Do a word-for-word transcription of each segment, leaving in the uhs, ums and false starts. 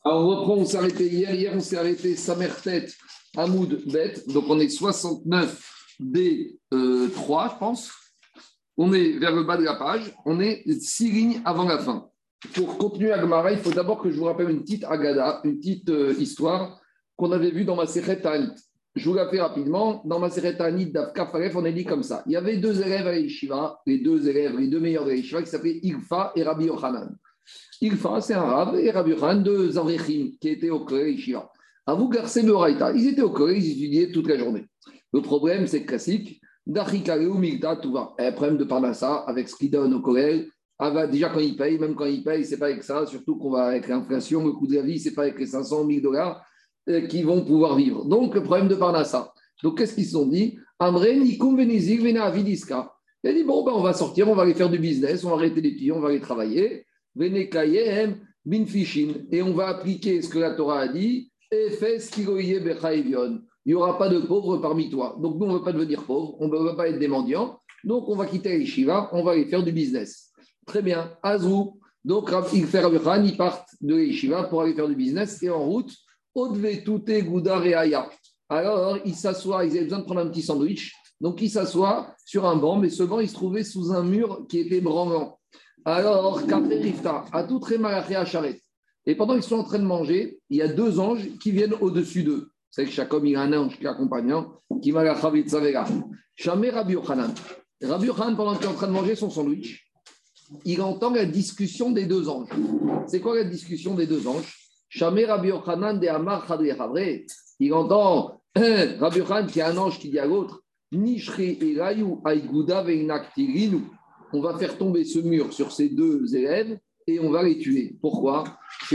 Alors, on reprend, on s'est arrêté hier. Hier, on s'est arrêté Samertet, Hamoud, Bet. Donc, on est soixante-neuf D trois, je pense. On est vers le bas de la page. On est six lignes avant la fin. Pour continuer à Gemara, il faut d'abord que je vous rappelle une petite agada, une petite euh, histoire qu'on avait vue dans ma Masechet Ta'anit. Je vous la fais rapidement. Dans ma Masechet Ta'anit d'Avka Faref, on a dit comme ça. Il y avait deux élèves à l'Yeshiva, les deux élèves, les deux meilleurs de l'Yeshiva, qui s'appelaient Ilfa et Rabbi Yochanan. Ilfa, c'est un rab, et Rabbi Yochanan, deux Avrechim, qui étaient au collège Yeshiva. À vous, Garcé Beoraita, ils étaient au collège, ils étudiaient toute la journée. Le problème, c'est classique. Dachikareu Milta Touva. Un problème de Parnassa avec ce qu'ils donnent au collège. Ah bah, déjà, quand ils payent, même quand ils payent, c'est pas avec ça, surtout qu'on va avec l'inflation, le coût de la vie, c'est pas avec les cinq cents mille dollars euh, qu'ils vont pouvoir vivre. Donc, le problème de Parnassa. Donc, qu'est-ce qu'ils se sont dit? Amre, Nikum, Venizig, Vena, Avidiska. Il a dit, bon, ben, on va sortir, on va aller faire du business, on va arrêter les pieds, on va aller travailler. Vene Kayem, Binfishin. Et on va appliquer ce que la Torah a dit. Efes, Kigoye, Bechaevion. Il n'y aura pas de pauvres parmi toi. Donc, nous, on ne veut pas devenir pauvres, on ne veut pas être des mendiants. Donc, on va quitter les Shiva, on va aller faire du business. Très bien. Azou. Donc, il fait Rabbi Yochanan, ils partent de l'Yeshiva pour aller faire du business. Et en route, Odvetute Goudar et Aya. Alors, ils s'assoient, ils avaient besoin de prendre un petit sandwich. Donc, ils s'assoient sur un banc, mais ce banc, il se trouvait sous un mur qui était branlant. Alors, Kafé Rifta, à tout très malaché à charrette. Et pendant qu'ils sont en train de manger, il y a deux anges qui viennent au-dessus d'eux. C'est que chaque homme, il a un ange qui l'accompagne, qui m'a la chavit savera. Chamé Rabbi Yochanan. Rabbi Yochanan, pendant qu'il est en train de manger son sandwich, il entend la discussion des deux anges. C'est quoi la discussion des deux anges? Chamé Rabbi Yochanan de Amar Chadri Chavre. Il entend Rabbi Yochanan qui a un ange qui dit à l'autre, Nishri Elayu Aïgouda Veinaktirinu. On va faire tomber ce mur sur ces deux élèves et on va les tuer. Pourquoi?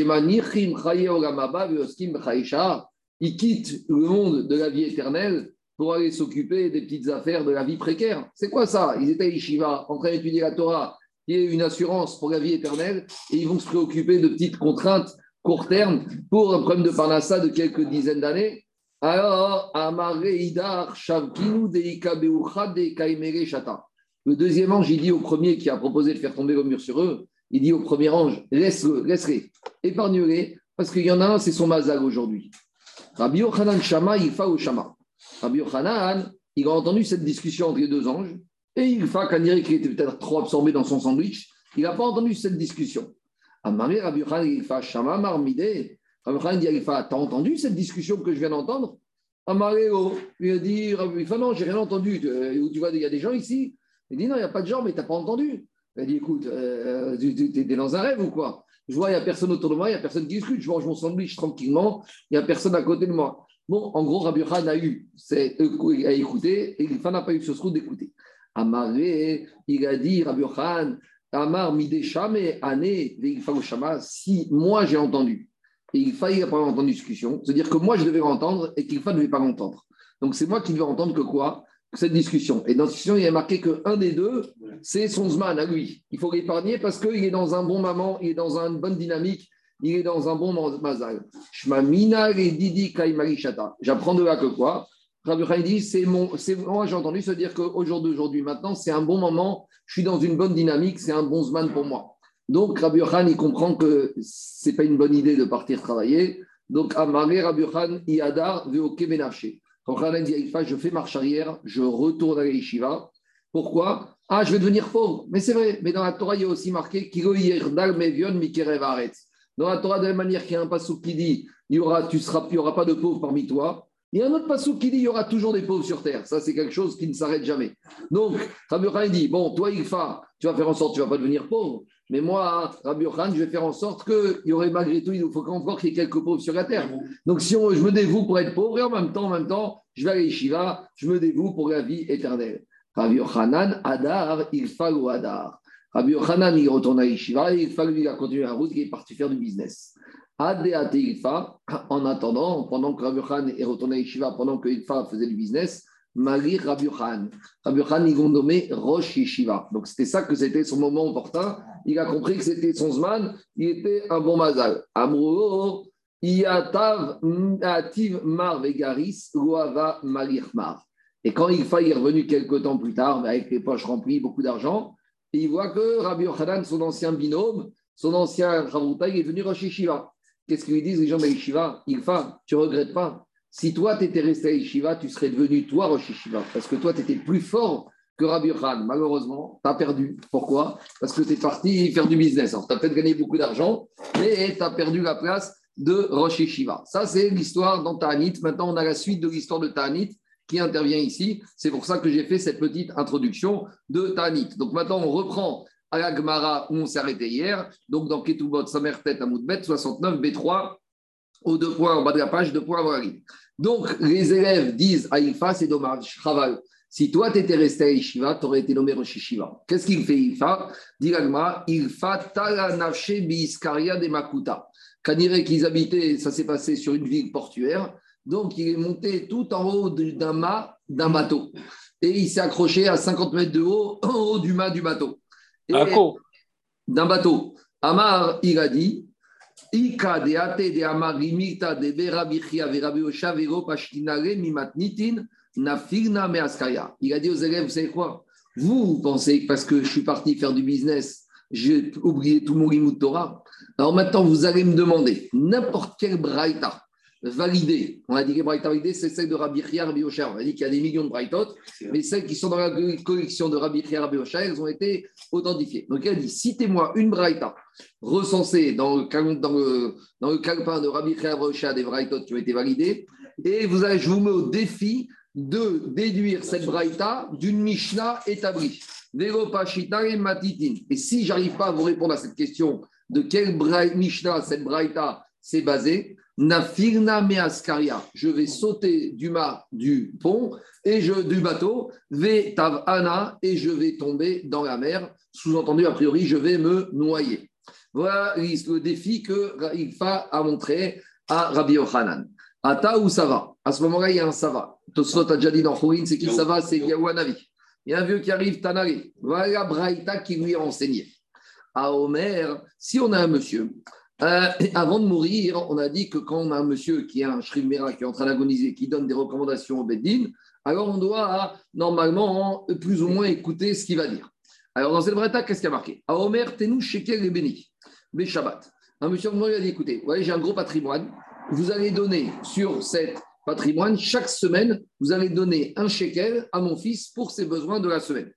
Ils quittent le monde de la vie éternelle pour aller s'occuper des petites affaires de la vie précaire. C'est quoi ça? Ils étaient à Yeshiva, en train d'étudier la Torah, qui est une assurance pour la vie éternelle, et ils vont se préoccuper de petites contraintes court terme pour un problème de Parnassa de quelques dizaines d'années. Alors, Amareidar Shavkinu Deika Beucha Deikaimere Shata. Le deuxième ange, il dit au premier qui a proposé de faire tomber le mur sur eux, il dit au premier ange, laisse-le, laisse-les, épargne-les, parce qu'il y en a un, c'est son mazal aujourd'hui. Rabbi Yochanan Shama, il fa au Shama. Rabbi Yochanan, il a entendu cette discussion entre les deux anges, et il fa, quand il dirait qu'il était peut-être trop absorbé dans son sandwich, il n'a pas entendu cette discussion. Amaré, Rabbi Yochanan, il fa Shama, Marmide. Rabbi Yochanan dit, il fa, t'as entendu cette discussion que je viens d'entendre? Amaré, oh, il a dit, Rabbi Yochanan, non, j'ai rien entendu. Tu, tu vois, il y a des gens ici. Il dit, non, il n'y a pas de genre, mais tu n'as pas entendu. Il a dit, écoute, euh, tu es dans un rêve ou quoi? Je vois, il n'y a personne autour de moi, il n'y a personne qui discute. Je mange mon sandwich tranquillement, il n'y a personne à côté de moi. Bon, en gros, Rabbi Yochanan a eu, c'est, euh, a écouté, et il n'a pas eu ce trou d'écouter. Amaré, il a dit, Rabbi Yochanan, Amar mideshame ané veilfagoshama, si moi j'ai entendu, et il faille pas entendu discussion, c'est-à-dire que moi je devais l'entendre et qu'il ne devait pas l'entendre. Donc c'est moi qui devais entendre que quoi? Cette discussion. Et dans cette discussion, il y a marqué qu'un des deux, c'est son zman à lui. Il faut l'épargner parce qu'il est dans un bon moment, il est dans une bonne dynamique, il est dans un bon mazal. Shmamina et Didi Kaimarishata. J'apprends de là que quoi? Rabbi Yochanan dit, c'est mon, c'est, moi j'ai entendu se dire qu'au jour d'aujourd'hui, maintenant, c'est un bon moment, je suis dans une bonne dynamique, c'est un bon zman pour moi. Donc Rabbi Yochanan, il comprend que ce n'est pas une bonne idée de partir travailler. Donc, Amaré Rabbi Yochanan, Iadar, Veoke Benafché. Yochanan dit, je fais marche arrière, je retourne à la Yeshiva. Pourquoi? Ah, je vais devenir pauvre. Mais c'est vrai, mais dans la Torah, il y a aussi marqué Kilo Yerdal Mevion Mikerev Aretz. Dans la Torah, de la même manière qu'il y a un passouk qui dit il y aura, tu seras, il n'y aura pas de pauvres parmi toi. Il y a un autre passouk qui dit il y aura toujours des pauvres sur terre. Ça, c'est quelque chose qui ne s'arrête jamais. Donc, Rabbi Yochanan dit bon, toi, Ilfa, tu vas faire en sorte que tu ne vas pas devenir pauvre. Mais moi, Rabbi Yochanan, je vais faire en sorte qu'il y aurait malgré tout, il faut encore qu'il y ait quelques pauvres sur la terre. Donc, si on, je me dévoue pour être pauvre, et en même temps, en même temps, je vais à l'Yeshiva, je me dévoue pour la vie éternelle. Rabbi Yochanan, Adar, Ilfa ou Adar. Rabbi Yochanan, il retourne à l'Yeshiva et Ilfa, lui, il a continué la route, il est parti faire du business. Adéate Ilfa, en attendant, pendant que Rabbi Yochanan est retourné à l'Yeshiva, pendant que Ilfa faisait du business, Malir Rabbi Yochanan. Rabbi Yochanan, ils vont nommer Rosh Yeshiva. Donc, c'était ça que c'était son moment opportun. Il a compris que c'était son zman, il était un bon mazal. Amro, Iatav, Ativ, Mar, Vegaris, Loava, Malir, Mar. Et quand Ilfa est revenu quelques temps plus tard, avec les poches remplies, beaucoup d'argent, il voit que Rabbi Yochanan, son ancien binôme, son ancien Chavruta, il est venu Rosh Yeshiva. qu'est-ce qu'ils lui disent les gens de l'Yeshiva? Ilfa, tu ne regrettes pas. Si toi, tu étais resté à l'Yeshiva, tu serais devenu toi Rosh Yeshiva. Parce que toi, tu étais plus fort que Rabbi Yochanan. Malheureusement, tu as perdu. Pourquoi? Parce que tu es parti faire du business. Alors, tu as peut-être gagné beaucoup d'argent, mais tu as perdu la place de Rosh Yeshiva. Ça, c'est l'histoire dans Ta'anit. Maintenant, on a la suite de l'histoire de Ta'anit qui intervient ici. C'est pour ça que j'ai fait cette petite introduction de Ta'anit. Donc maintenant, on reprend à la Gemara où on s'est arrêté hier. Donc dans Ketubot, Samertet, Amoudbet, soixante-neuf, B trois, aux deux points en bas de la page, deux points avant la ligne. Donc les élèves disent à Ilfa, c'est dommage, Chaval. Si toi, tu étais resté à Yeshiva, tu aurais été nommé Rosh Yeshiva. Qu'est-ce qu'il fait Ilfa? Dit la Gemara, Ilfa tala nafshe biiskaria de Makuta. Kanire qu'ils habitaient, ça s'est passé sur une ville portuaire. Donc, il est monté tout en haut d'un mât d'un bateau. Et il s'est accroché à cinquante mètres de haut, en haut du mât du bateau. Et d'un bateau. Amar, il a dit, Ika de ate de amar rimita de berabichia verabiocha vero pashtinare mimatnitin nafirna measkaya. Il a dit aux élèves, vous savez quoi? Vous, vous pensez que parce que je suis parti faire du business, j'ai oublié tout mon limud Torah. Alors maintenant, vous allez me demander n'importe quel braïta validé. On a dit que les braïtas validées, c'est celle de Rabbi Chia, Rabbi Yoshai. On a dit qu'il y a des millions de braïtot, mais celles qui sont dans la collection de Rabbi Chia, Rabbi Yoshai, elles ont été authentifiées. Donc il a dit, citez-moi une braïta recensée dans le, dans le, dans le calepin de Rabbi Chia, Rabbi Yoshai, des braïtot qui ont été validées, et vous avez, je vous mets au défi de déduire cette braïta d'une Mishnah établie. Et si je n'arrive pas à vous répondre à cette question de quelle Mishnah cette braïta s'est basée, Nafirna measkaria, je vais sauter du mât du pont et je, du bateau, ve tavana, et je vais tomber dans la mer. Sous-entendu, a priori, je vais me noyer. Voilà le défi que Ilfa a montré à Rabbi Yochanan. Ata ou Sava? À ce moment-là, il y a un Sava. Tosfot a déjà dit dans Khourin, c'est qui Sava? C'est Yaouanavi. Il y a un vieux qui arrive, Tanari. Voilà Braïta qui lui a enseigné. À Omer, si on a un monsieur. Euh, avant de mourir, on a dit que quand on a un monsieur qui est un Shriv Mera, qui est en train d'agoniser, qui donne des recommandations au Beddin, alors on doit normalement plus ou moins écouter ce qu'il va dire. Alors dans cette braïta, qu'est-ce qu'il y a marqué? À Omer, Tenou Shekel et Béni, Bé Shabbat. Un monsieur lui a dit, écoutez, vous voyez, j'ai un gros patrimoine, vous allez donner sur cet patrimoine, chaque semaine, vous allez donner un shekel à mon fils pour ses besoins de la semaine.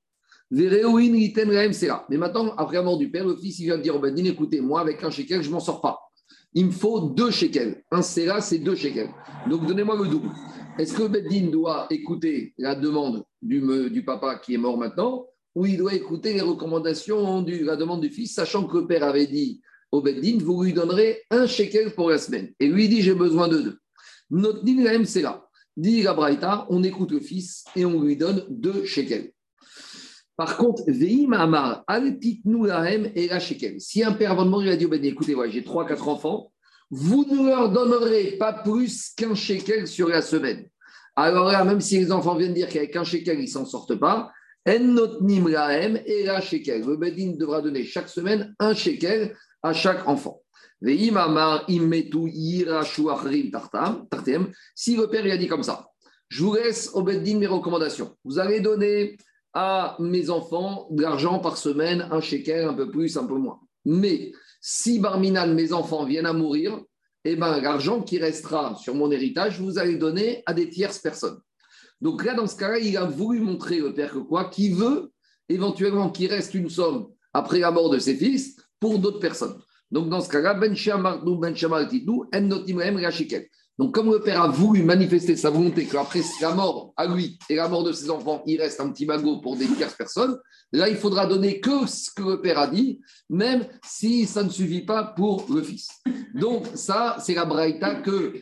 Mais maintenant, après la mort du père, le fils il vient de dire au Beddin, écoutez, moi avec un shekel, je ne m'en sors pas. Il me faut deux shekels. Un séra, c'est deux shekels. Donc donnez-moi le double. Est-ce que le Beddin doit écouter la demande du, du papa qui est mort maintenant, ou il doit écouter les recommandations de la demande du fils, sachant que le père avait dit au Beddin, vous lui donnerez un shekel pour la semaine. Et lui dit, j'ai besoin de deux. Notre din la séra. Dit la Braïta, on écoute le fils et on lui donne deux shekels. Par contre, Veim Amar, Al-Titnou Lahem et la Shekel. Si un père avant de mourir, il a dit, ben, écoutez, ouais, j'ai trois, quatre enfants, vous ne leur donnerez pas plus qu'un shekel sur la semaine. Alors là, même si les enfants viennent dire qu'avec un shekel, ils ne s'en sortent pas, En Notnim Lahem et la Shekel. Le Bedin devra donner chaque semaine un shekel à chaque enfant. Veim Amar, Immetu Yirashu Achrim Tartem. Si le père, il a dit comme ça, je vous laisse au Bedin mes recommandations. Vous allez donner à mes enfants de l'argent par semaine, un shekel, un peu plus, un peu moins. Mais si Barminan, mes enfants viennent à mourir, eh ben, l'argent qui restera sur mon héritage, vous allez donner à des tierces personnes. Donc là, dans ce cas-là, il a voulu montrer le père que quoi, qui veut éventuellement qu'il reste une somme après la mort de ses fils pour d'autres personnes. Donc dans ce cas-là, Ben Shamarnou, Ben Shamartitou, En Notimrem, la shekel. Donc, comme le père a voulu manifester sa volonté qu'après la mort à lui et la mort de ses enfants, il reste un petit magot pour des tierces personnes, là, il faudra donner que ce que le père a dit, même si ça ne suffit pas pour le fils. Donc, ça, c'est la braïta que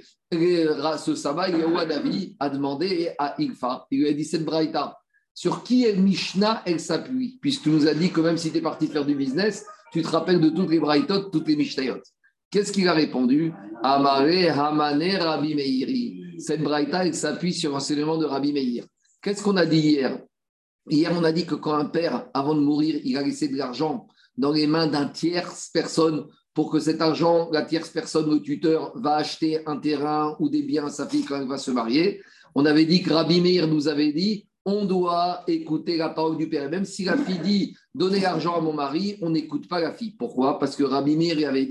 ce sabbat, Yahuanavi a demandé à Ilfa. Il lui a dit, cette braïta, sur qui est Mishnah, elle s'appuie, puisque tu nous as dit que même si tu es parti faire du business, tu te rappelles de toutes les braïtotes, toutes les Mishnayot. Qu'est-ce qu'il a répondu? Amare Hamane Rabbi Meiri. Cette braïta, elle s'appuie sur l'enseignement de Rabbi Meir. Qu'est-ce qu'on a dit hier? Hier, on a dit que quand un père, avant de mourir, il a laissé de l'argent dans les mains d'un tierce personne pour que cet argent, la tierce personne, le tuteur, va acheter un terrain ou des biens à sa fille quand elle va se marier. On avait dit que Rabbi Meir nous avait dit on doit écouter la parole du père. Et même si la fille dit donnez l'argent à mon mari, on n'écoute pas la fille. Pourquoi? Parce que Rabbi Meir avait dit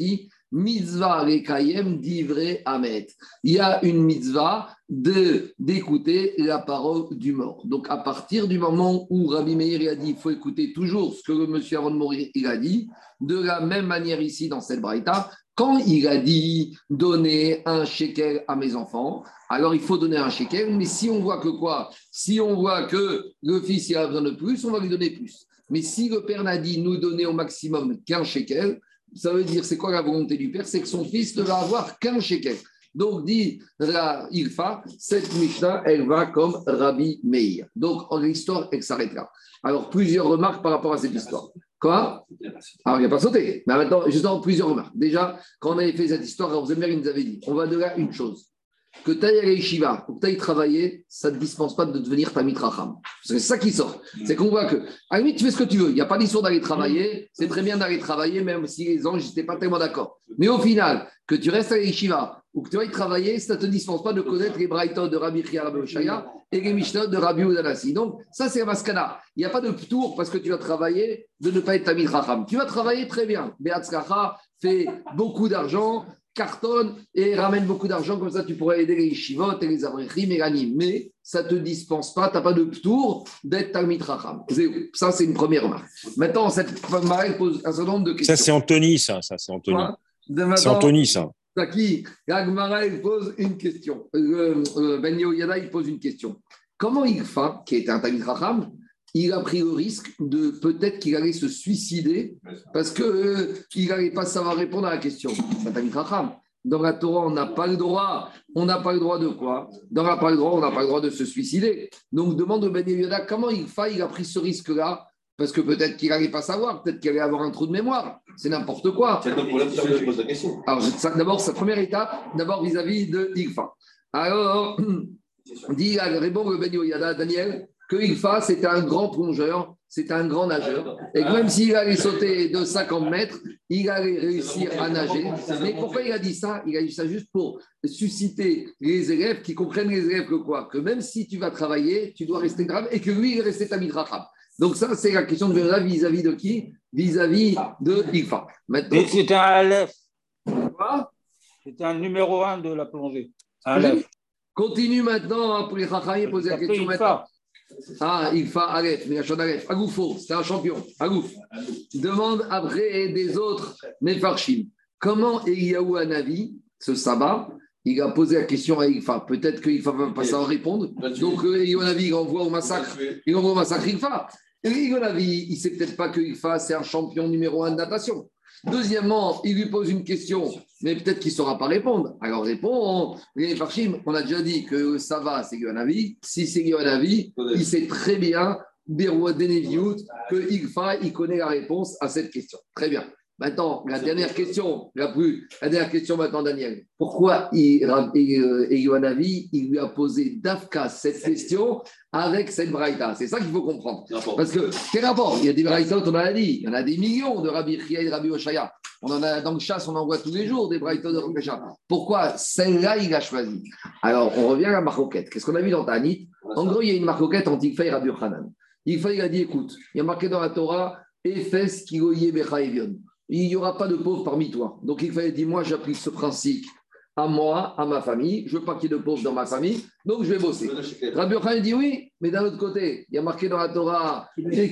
Mitzvah rekayem divrei amet. Il y a une mitzvah de, d'écouter la parole du mort. Donc, à partir du moment où Rabbi Meir a dit qu'il faut écouter toujours ce que le monsieur avant de mourir il a dit, de la même manière ici dans cette braïta, quand il a dit donner un shekel à mes enfants, alors il faut donner un shekel, mais si on voit que quoi? Si on voit que le fils il a besoin de plus, on va lui donner plus. Mais si le père n'a dit nous donner au maximum qu'un shekel, ça veut dire, c'est quoi la volonté du père? C'est que son fils ne va avoir qu'un shekel. Donc, dit la Ilfa, cette Mishnah, elle va comme Rabbi Meir. Donc, l'histoire, elle s'arrête là. Alors, plusieurs remarques par rapport à cette histoire. Quoi? Alors, il n'a pas sauté. Mais maintenant, justement, plusieurs remarques. Déjà, quand on avait fait cette histoire, Rosenberg, il nous avait dit, on va de là une chose. Que tu ailles à l'Yeshiva, que tu ailles travailler, ça ne te dispense pas de devenir Tamid Racham. C'est ça qui sort. C'est qu'on voit que, à la limite, tu fais ce que tu veux. Il n'y a pas d'histoire d'aller travailler. C'est très bien d'aller travailler, même si les anges n'étaient pas tellement d'accord. Mais au final, que tu restes à l'Yeshiva ou que tu ailles travailler, ça ne te dispense pas de connaître les Braïtot de Rabbi Chia Rabbi Oshaya et les Mishnah de Rabbi Udanassi. Donc, ça, c'est un maskana. Il n'y a pas de tour parce que tu vas travailler de ne pas être Tamid Racham. Tu vas travailler très bien. Be'atzkacha fait beaucoup d'argent, cartonne et ramène beaucoup d'argent, comme ça tu pourrais aider les yeshivot et les avrechim et l'anime. Mais ça ne te dispense pas, tu n'as pas de tour d'être Talmid Chacham. Ça, c'est une première remarque. Maintenant, cette femme pose un certain nombre de questions. Ça, c'est Anthony, ça. ça c'est Anthony. Voilà. C'est Anthony, ça. Qui Gagmara, il pose une question. Euh, euh, Ben Yehoyada, il pose une question. Comment Ilfa, qui était un Talmid Chacham, il a pris le risque de peut-être qu'il allait se suicider parce qu'il euh, n'allait pas savoir répondre à la question. Dans la Torah, on n'a pas le droit. On n'a pas le droit de quoi? Dans la pas le droit, on n'a pas le droit de se suicider. Donc, demande au Ben Yehoyada comment il, fa, il a pris ce risque-là parce que peut-être qu'il n'allait pas savoir, peut-être qu'il allait avoir un trou de mémoire. C'est n'importe quoi. C'est le problème, c'est que je pose la question. Alors, ça, d'abord, sa première étape, d'abord vis-à-vis de Ilfa. Alors, dit, répond le Ben Yehoyada, Daniel, que Ilfa, c'était un grand plongeur, c'était un grand nageur, et que même s'il allait sauter de cinquante mètres, il allait réussir à nager. Mais pourquoi il a dit ça? Il a dit ça juste pour susciter les élèves qui comprennent les élèves que quoi? Que même si tu vas travailler, tu dois rester grave, et que lui, il est resté Tamid Racham. Donc ça, c'est la question de Verda vis-à-vis de qui? Vis-à-vis de Ilfa. Maintenant, c'était un Aleph. Quoi? C'était un numéro un de la plongée. Un Aleph. Continue maintenant pour les Chachamim poser la question maintenant. Ah, Ilfa Aleph, mais Hachon Aleph. Agoufo, c'est un champion. Agouf. Demande après des autres Mefarshim. Comment Eliyahu Hanavi, ce sabbat, il a posé la question à Ilfa. Peut-être que Ilfa ne va pas savoir répondre. Donc Eliyahu Hanavi, il envoie au massacre. Il envoie au massacre Ilfa. Eliyahu Hanavi, il ne sait peut-être pas que Ilfa, c'est un champion numéro un de natation. Deuxièmement, il lui pose une question, mais peut-être qu'il ne saura pas répondre. Alors répond, les Farshim, on a déjà dit que ça va, c'est Yohanavi. Si c'est Yohanavi, il sait très bien, Beroua Deneviout, que Ilfa, il connaît la réponse à cette question. Très bien. Maintenant, la dernière question, la, plus, la dernière question maintenant, Daniel. Pourquoi Yohanavi, il lui a posé d'Afka cette question avec cette braïta? C'est ça qu'il faut comprendre. Parce que, quel rapport? Il y a des braïtas, on en a dit. Il y en a des millions de Rabbi Chia et de Rabbi Oshaya. On en a dans le chasse, on en voit tous les jours des braïtas de Rabbi Oshaya. Pourquoi celle-là, il a choisi? Alors, on revient à la marcoquette. Qu'est-ce qu'on a vu dans Tanit? En gros, il y a une marcoquette entre Ikfa et Rabbi Yochanan. Ikfa, il a dit, écoute, il y a marqué dans la Torah, Efes kigoye becha evion. Il n'y aura pas de pauvres parmi toi. Donc il fallait dire, moi j'applique ce principe à moi, à ma famille. Je ne veux pas qu'il y ait de pauvres dans ma famille, donc je vais bosser. Rabbi Yochanan dit oui, mais d'un autre côté, il y a marqué dans la Torah, il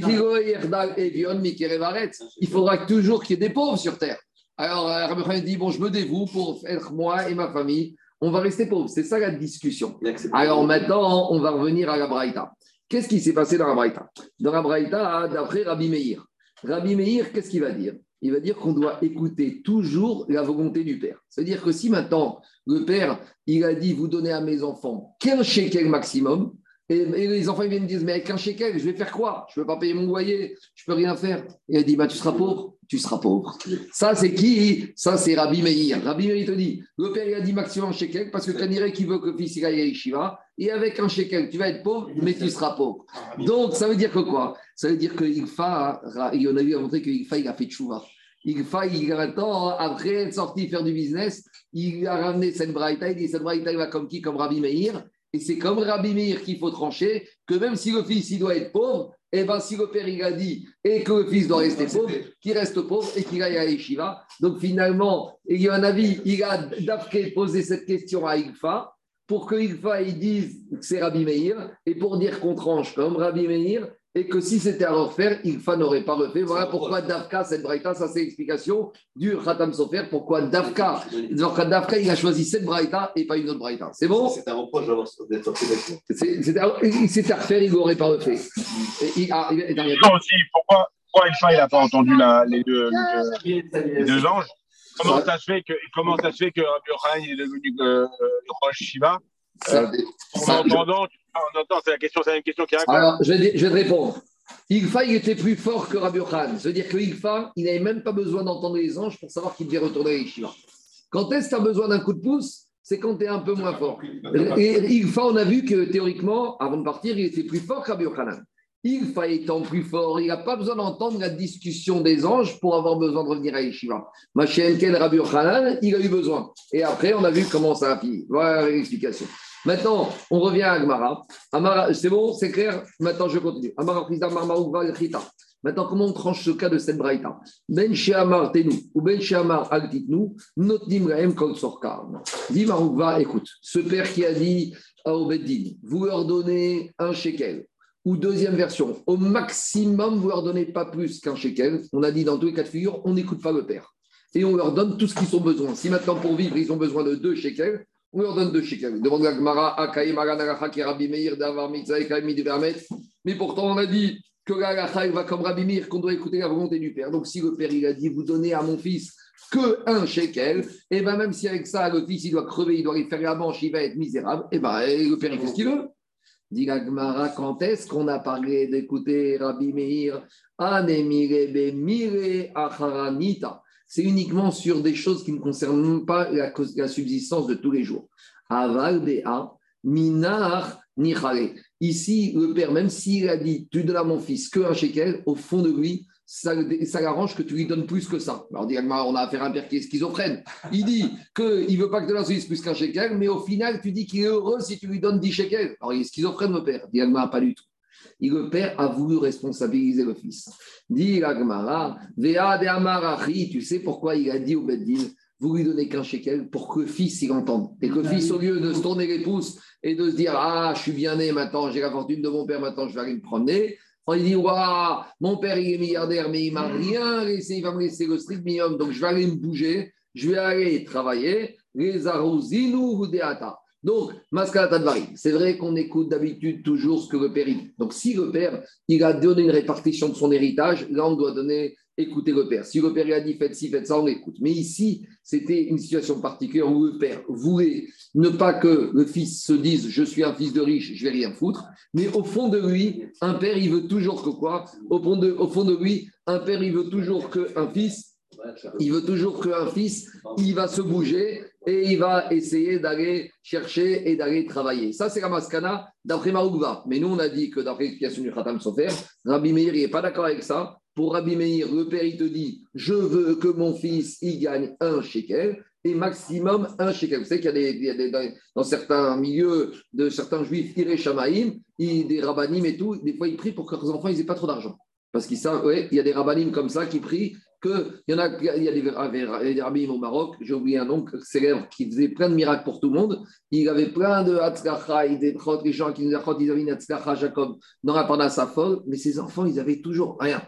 faudra toujours qu'il y ait des pauvres sur terre. Alors Rabbi Yochanan dit, bon, je me dévoue pour être moi et ma famille. On va rester pauvres. C'est ça la discussion. Alors maintenant, on va revenir à la Braïta. Qu'est-ce qui s'est passé dans la Braïta? Dans la Braïta, d'après Rabbi Meir. Rabbi Meir, qu'est-ce qu'il va dire? Il va dire qu'on doit écouter toujours la volonté du père. C'est-à-dire que si maintenant, le père, il a dit, vous donnez à mes enfants quinze shekels maximum, et, et les enfants ils viennent me dire, mais avec quinze shekels, je vais faire quoi? Je ne peux pas payer mon loyer, je ne peux rien faire. Et il dit, bah, tu seras pauvre, tu seras pauvre. Ça, c'est qui? Ça, c'est Rabbi Meir. Rabbi Meir te dit, le père, il a dit maximum shekels, parce que Kaniré qui veut que le fils il aille à Yeshiva, et avec un shekel, tu vas être pauvre, mais tu seras pauvre. Donc, ça veut dire que quoi? Ça veut dire que Ilfa, il en a vu à montrer que Ilfa, il a fait tchouva. Ilfa, il a maintenant, après être sorti faire du business, il a ramené cette braïta, il dit cette braïta, il va comme qui? Comme Rabbi Meir. Et c'est comme Rabbi Meir qu'il faut trancher, que même si le fils, il doit être pauvre, Eh bien, si le père il a dit et que le fils doit rester pauvre, qu'il reste pauvre et qu'il aille à Yeshiva. Donc finalement, il y a un avis, il a d'Afke posé cette question à Ilfa pour que Ilfa il dise que c'est Rabbi Meir et pour dire qu'on tranche comme Rabbi Meir et que si c'était à refaire, Ilfa n'aurait pas refait. Voilà pourquoi Dafka, cette braïta, ça c'est l'explication du Khatam Sofer, pourquoi Dafka, Dafka il a choisi cette braïta et pas une autre braïta. C'est bon? C'est un reproche d'être sorti d'accord. Il s'était à refaire, il n'aurait pas refait. Et, il, ah, il, il, il, non, aussi, pourquoi, pourquoi Ilfa il n'a pas entendu la, les, deux, les, deux, les deux anges? Comment ça se fait que, comment ça se fait que Rabbi Yochanan est devenu euh, Rosh Shiva euh, En entendant, on entend, c'est la question, c'est une question qui est Alors, je vais, je vais te répondre. Ilfa, il était plus fort que Rabbi Yochanan. C'est-à-dire que Ilfa, il n'avait même pas besoin d'entendre les anges pour savoir qu'il devait retourner à Yeshiva. Quand est-ce que tu as besoin d'un coup de pouce? C'est quand tu es un peu moins fort. Et Ilfa, on a vu que théoriquement, avant de partir, il était plus fort que Rabbi Yochanan. Ilfa étant plus fort, il n'a pas besoin d'entendre la discussion des anges pour avoir besoin de revenir à Yeshiva. Machéenken, Rabbi Yochanan, il a eu besoin. Et après, on a vu comment ça a fini. Voilà l'explication. Maintenant, on revient à Agmara. Amara, c'est bon, c'est clair. Maintenant, je continue. Amara, Maintenant, comment on tranche ce cas de cette braïta? Ben Sheamar Tenu ou Ben Sheamar Altitnu, Notnim Rahem Kol Sorkar. Dis Maroukva, écoute, ce père qui a dit à Obeddin, vous leur donnez un shekel. Ou deuxième version, au maximum, vous leur donnez pas plus qu'un shekel. On a dit dans tous les cas de figure, on n'écoute pas le père. Et on leur donne tout ce qu'ils ont besoin. Si maintenant, pour vivre, ils ont besoin de deux shekels, on leur donne deux shekels. Demande la Gemara, Akaï Maranaracha, qui est Rabbi Meir, Davar Mitzah, et Kaimi de Vermet. Mais pourtant, on a dit que la Racha, va comme Rabbi Meir, qu'on doit écouter la volonté du père. Donc, si le père, il a dit, vous donnez à mon fils que un shekel, et bien même si avec ça, le fils, il doit crever, il doit lui faire la manche, il va être misérable, et bien le père, il fait ce qu'il veut. Dit la Gemara, quand est-ce qu'on a parlé d'écouter Rabbi Meir? C'est uniquement sur des choses qui ne concernent pas la, la subsistance de tous les jours. Aval Bea, Minar Nichale. Ici, le père, même s'il a dit, tu donnes à mon fils que un shekel, au fond de lui, ça, ça l'arrange que tu lui donnes plus que ça. Alors, dit, on a affaire à un père qui est schizophrène. Il dit qu'il ne veut pas que tu donnes plus qu'un shekel, mais au final, tu dis qu'il est heureux si tu lui donnes dix shekels. Alors, il est schizophrène, le père. Dit, pas du tout. Et le père a voulu responsabiliser le fils. Dit l'Agmara, Vea de Amarachi, tu sais pourquoi il a dit au Beddin, vous lui donnez qu'un shekel pour que le fils il entende. Et que le fils, au lieu de se tourner les pouces et de se dire, ah, je suis bien né maintenant, j'ai la fortune de mon père, maintenant je vais aller me promener. Il dit, waouh, mon père il est milliardaire, mais il ne m'a rien laissé, il va me laisser le strict minimum, donc je vais aller me bouger, je vais aller travailler. Les arosinu hudeata. Donc, Maskalata Dvari, c'est vrai qu'on écoute d'habitude toujours ce que le père dit. Donc, si le père, il a donné une répartition de son héritage, là, on doit donner, écouter le père. Si le père il a dit faites ci, faites ça, on l'écoute. Mais ici, c'était une situation particulière où le père voulait ne pas que le fils se dise je suis un fils de riche, je vais rien foutre. Mais au fond de lui, un père, il veut toujours que quoi? Au fond de, au fond de lui, un père, il veut toujours qu'un fils. Il veut toujours qu'un fils, il va se bouger et il va essayer d'aller chercher et d'aller travailler. Ça, c'est la maskana d'après Maroukva. Mais nous, on a dit que d'après l'explication du Khatam Sofer, Rabbi Meir n'est pas d'accord avec ça. Pour Rabbi Meir, le père, il te dit je veux que mon fils, il gagne un shekel et maximum un shekel. Vous savez qu'il y a des, il y a des dans, dans certains milieux de certains juifs, Iré Shamaïm, des rabbanim et tout, des fois, ils prient pour que leurs enfants, ils n'aient pas trop d'argent. Parce qu'ils savent, ouais, il y a des rabbanim comme ça qui prient. Que, il y en a, il y a des, des rabbins au Maroc, j'ai oublié un nom célèbre qui faisait plein de miracles pour tout le monde. Il avait plein de Hatzlacha, des les gens qui nous ont ils avaient une Hatzlacha, Jacob, dans la Parnassa folle, mais ses enfants, ils avaient toujours rien.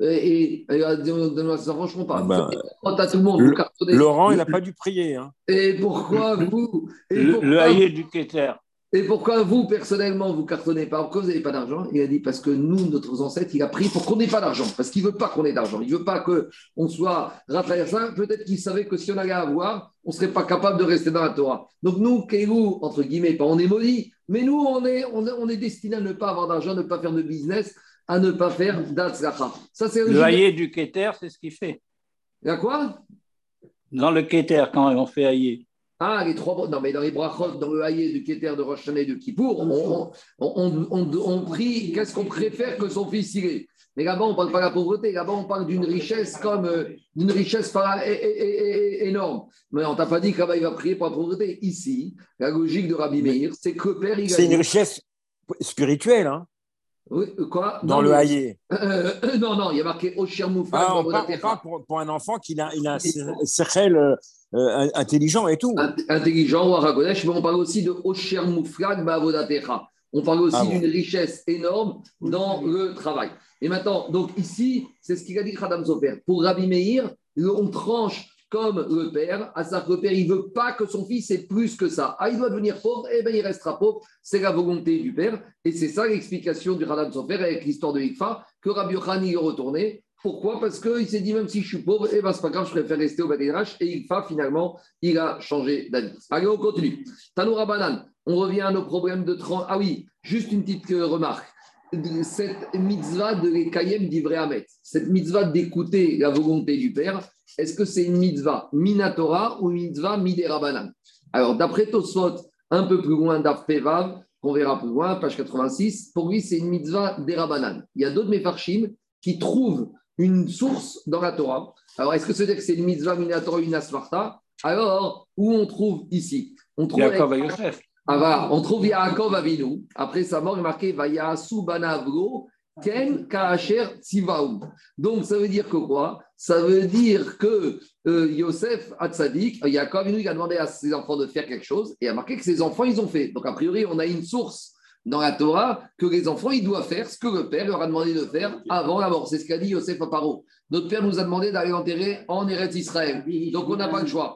Et, et, et franchement, pas. Ah ben, à tout le monde, le, Laurent, il n'a pas dû prier. Hein. Et pourquoi vous et Le, pourquoi, le haillé du Keter. Et pourquoi vous, personnellement, vous cartonnez pas? Pourquoi vous n'avez pas d'argent? Il a dit parce que nous, notre ancêtre, il a pris pour qu'on n'ait pas d'argent. Parce qu'il ne veut pas qu'on ait d'argent. Il ne veut pas qu'on soit rattrapé à ça. Peut-être qu'il savait que si on allait avoir, on ne serait pas capable de rester dans la Torah. Donc nous, Kéhou, entre guillemets, pas on est maudit, mais nous, on est, on est, on est destiné à ne pas avoir d'argent, à ne pas faire de business, à ne pas faire d'atzlacha. Ça, c'est le haillé du Keter, c'est ce qu'il fait. Il y a quoi? Dans le Keter, quand on fait haillé. Ah, les trois. Non, mais dans les brachot, dans le haïe du Keter, de Rosh Hashanah et de Kippour, on, on, on, on, on prie qu'est-ce qu'on préfère que son fils y ait. Mais là-bas, on ne parle pas de la pauvreté. Là-bas, on parle d'une richesse comme euh, d'une richesse pas, é, é, é, énorme. Mais on ne t'a pas dit que là-bas, il va prier pour la pauvreté. Ici, la logique de Rabbi Meir, c'est que le père, il a C'est dit, une richesse spirituelle. Hein. Oui, quoi dans non, le mais, haillé. euh, euh, Non, non, il y a marqué Osher Mouflag. Ah, on parle, on parle pour, pour un enfant qui a, il a un sechel euh, euh, intelligent et tout. Intelligent ou Aragonesh, mais on parle aussi de Osher Mouflag Bavodatecha. On parle aussi Ah bon. d'une richesse énorme dans le travail. Et maintenant, donc ici, c'est ce qu'il a dit Khadam Sofer. Pour Rabbi Meir, on tranche comme le père, à ça que le père, il ne veut pas que son fils ait plus que ça. Ah, il doit devenir pauvre, eh bien, il restera pauvre. C'est la volonté du père. Et c'est ça l'explication du Khadam Sofer avec l'histoire de Ikfa, que Rabbi Yochanan est retourné. Pourquoi? Parce qu'il s'est dit, même si je suis pauvre, eh ben, c'est pas grave, je préfère rester au Batédrach. Et Ikfa, finalement, il a changé d'avis. Allez, on continue. Tanoura Banan, on revient à nos problèmes de trente. Ah oui, juste une petite euh, remarque. Cette mitzvah de l'Ekayem d'Ivrei Hamet, cette mitzvah d'écouter la volonté du père, est-ce que c'est une mitzvah minatora ou une mitzvah midérabanan? Alors, d'après Tosfot, un peu plus loin d'Afpevav, qu'on verra plus loin, page quatre-vingt-six, pour lui, c'est une mitzvah dérabanan. Il y a d'autres méfarchim qui trouvent une source dans la Torah. Alors, est-ce que ça veut dire que c'est une mitzvah minatora ou une asfarta? Alors, où on trouve ici? On trouve Yaakov et Yosef. Ah, voilà. On trouve Yaakov Avinu. Après sa mort, il est marqué Vayasu Banavro Ken Kaacher Tzivaou. Donc, ça veut dire que quoi? Ça veut dire que euh, Yosef Hatzadik, Yaakov Avinu, il a demandé à ses enfants de faire quelque chose et il a marqué que ses enfants, ils ont fait. Donc, a priori, on a une source dans la Torah que les enfants, ils doivent faire ce que le père leur a demandé de faire avant la mort. C'est ce qu'a dit Yosef à Paro. Notre père nous a demandé d'aller enterrer en Eretz Israël. Donc, on n'a pas le choix.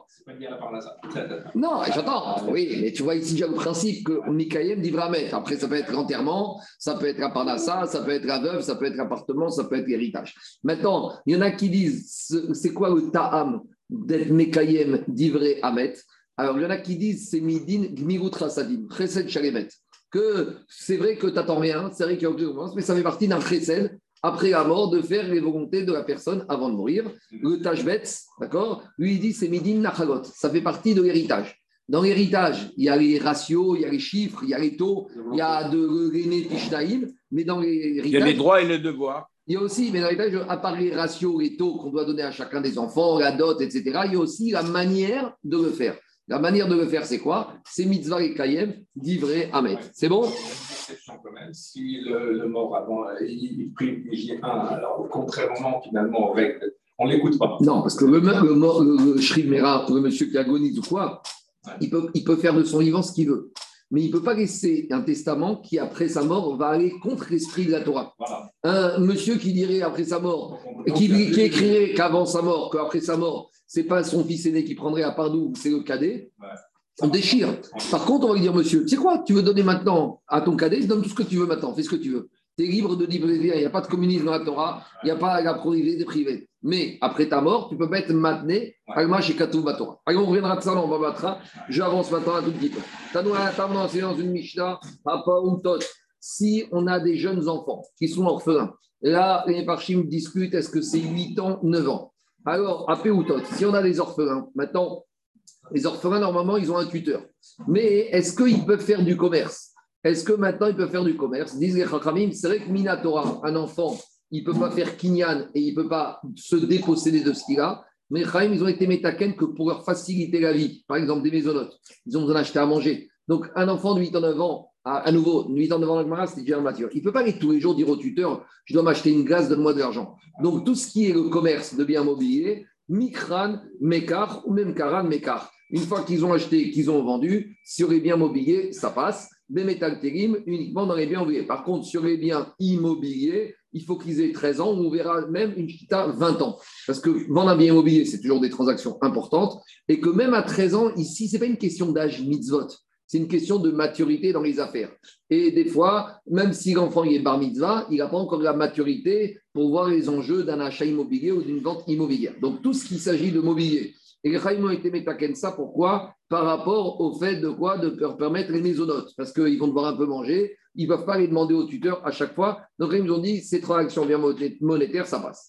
Non, j'entends. Oui, mais tu vois ici, j'ai le principe que Mikayem dit Vramet. Après, ça peut être l'enterrement, ça peut être la parnassa, ça peut être la veuve, ça peut être l'appartement, ça peut être l'héritage. Maintenant, il y en a qui disent c'est quoi le ta'am d'être Mikayem d'Ivrei Hamet? Alors, il y en a qui disent c'est Midin Gmirut Rasadim, Chesed Shalemet. Que c'est vrai que tu n'attends rien, c'est vrai qu'il y a aucune commence, mais ça fait partie d'un Chesed après la mort, de faire les volontés de la personne avant de mourir. Le Tashbetz, d'accord, lui, il dit c'est Midin Nachagot, ça fait partie de l'héritage. Dans l'héritage, il y a les ratios, il y a les chiffres, il y a les taux, il y a de l'aîné Tishnaïm, mais dans l'héritage. Il y a les droits et les devoirs. Il y a aussi, mais dans l'héritage, à part les ratios, les taux qu'on doit donner à chacun des enfants, la dot, et cetera, il y a aussi la manière de le faire. La manière de le faire, c'est quoi? C'est mitzvah et kayem d'Ivrei Hamet. C'est bon? Quand même. Si le, le mort avant, il, il privilégie un, alors contrairement finalement aux règles, on ne l'écoute pas. Non, parce que le, le mort, le, le Shriv Mera, le monsieur qui agonise ou quoi, ouais. il, peut, il peut faire de son vivant ce qu'il veut. Mais il ne peut pas laisser un testament qui, après sa mort, va aller contre l'esprit de la Torah. Voilà. Un monsieur qui dirait après sa mort, donc, qui, qui écrirait qu'avant sa mort, qu'après sa mort, ce n'est pas son fils aîné qui prendrait à part nous, c'est le cadet. Ouais. On déchire. Par contre, on va lui dire, monsieur, tu sais quoi, tu veux donner maintenant à ton cadet, donne tout ce que tu veux maintenant, fais ce que tu veux. Tu es libre de dire, il n'y a pas de communisme dans la Torah, il n'y a pas la propriété privée. Mais après ta mort, tu peux pas être maintenu, Alma chez Katou Batora. Allez, on reviendra de ça, on va battre. J'avance maintenant un tout petit peu. Tu as nous enseigné dans une Mishnah, Papa ou Tot, si on a des jeunes enfants qui sont orphelins, là, les parchim discutent, est-ce que c'est huit ans, neuf ans? Alors, à Péoutot, si on a des orphelins, maintenant, les orphelins, normalement, ils ont un tuteur. Mais est-ce qu'ils peuvent faire du commerce? Est-ce que maintenant, ils peuvent faire du commerce? Disent les Chachamim, c'est vrai que Minatora, un enfant, il ne peut pas faire kinyan et il ne peut pas se déposséder de ce qu'il a. Mais les Chachamim, ils ont été métaken que pour leur faciliter la vie, par exemple des maisonnotes, ils ont besoin d'acheter à manger. Donc, un enfant de huit ans, neuf ans, à, à nouveau, huit ans, neuf ans, la c'est déjà mature. Il ne peut pas aller tous les jours dire au tuteur, je dois m'acheter une glace, donne-moi de l'argent. Donc, tout ce qui est le commerce de biens mobiliers, Mikran, Mekar ou même Karan, Mekar. Une fois qu'ils ont acheté, qu'ils ont vendu, sur les biens mobiliers, ça passe. Bémétal Térim, uniquement dans les biens mobiliers. Par contre, sur les biens immobiliers, il faut qu'ils aient treize ans, ou on verra même une chita vingt ans. Parce que vendre un bien immobilier, c'est toujours des transactions importantes. Et que même à treize ans, ici, ce n'est pas une question d'âge mitzvot. C'est une question de maturité dans les affaires. Et des fois, même si l'enfant il est bar mitzvah, il n'a pas encore la maturité pour voir les enjeux d'un achat immobilier ou d'une vente immobilière. Donc, tout ce qui s'agit de mobilier. Et les Chaïm ont été métaken ça, pourquoi? Par rapport au fait de quoi? De leur permettre les maisonnotes. Parce qu'ils vont devoir un peu manger. Ils ne peuvent pas les demander au tuteur à chaque fois. Donc, ils nous ont dit, ces transactions bien monétaires, ça passe.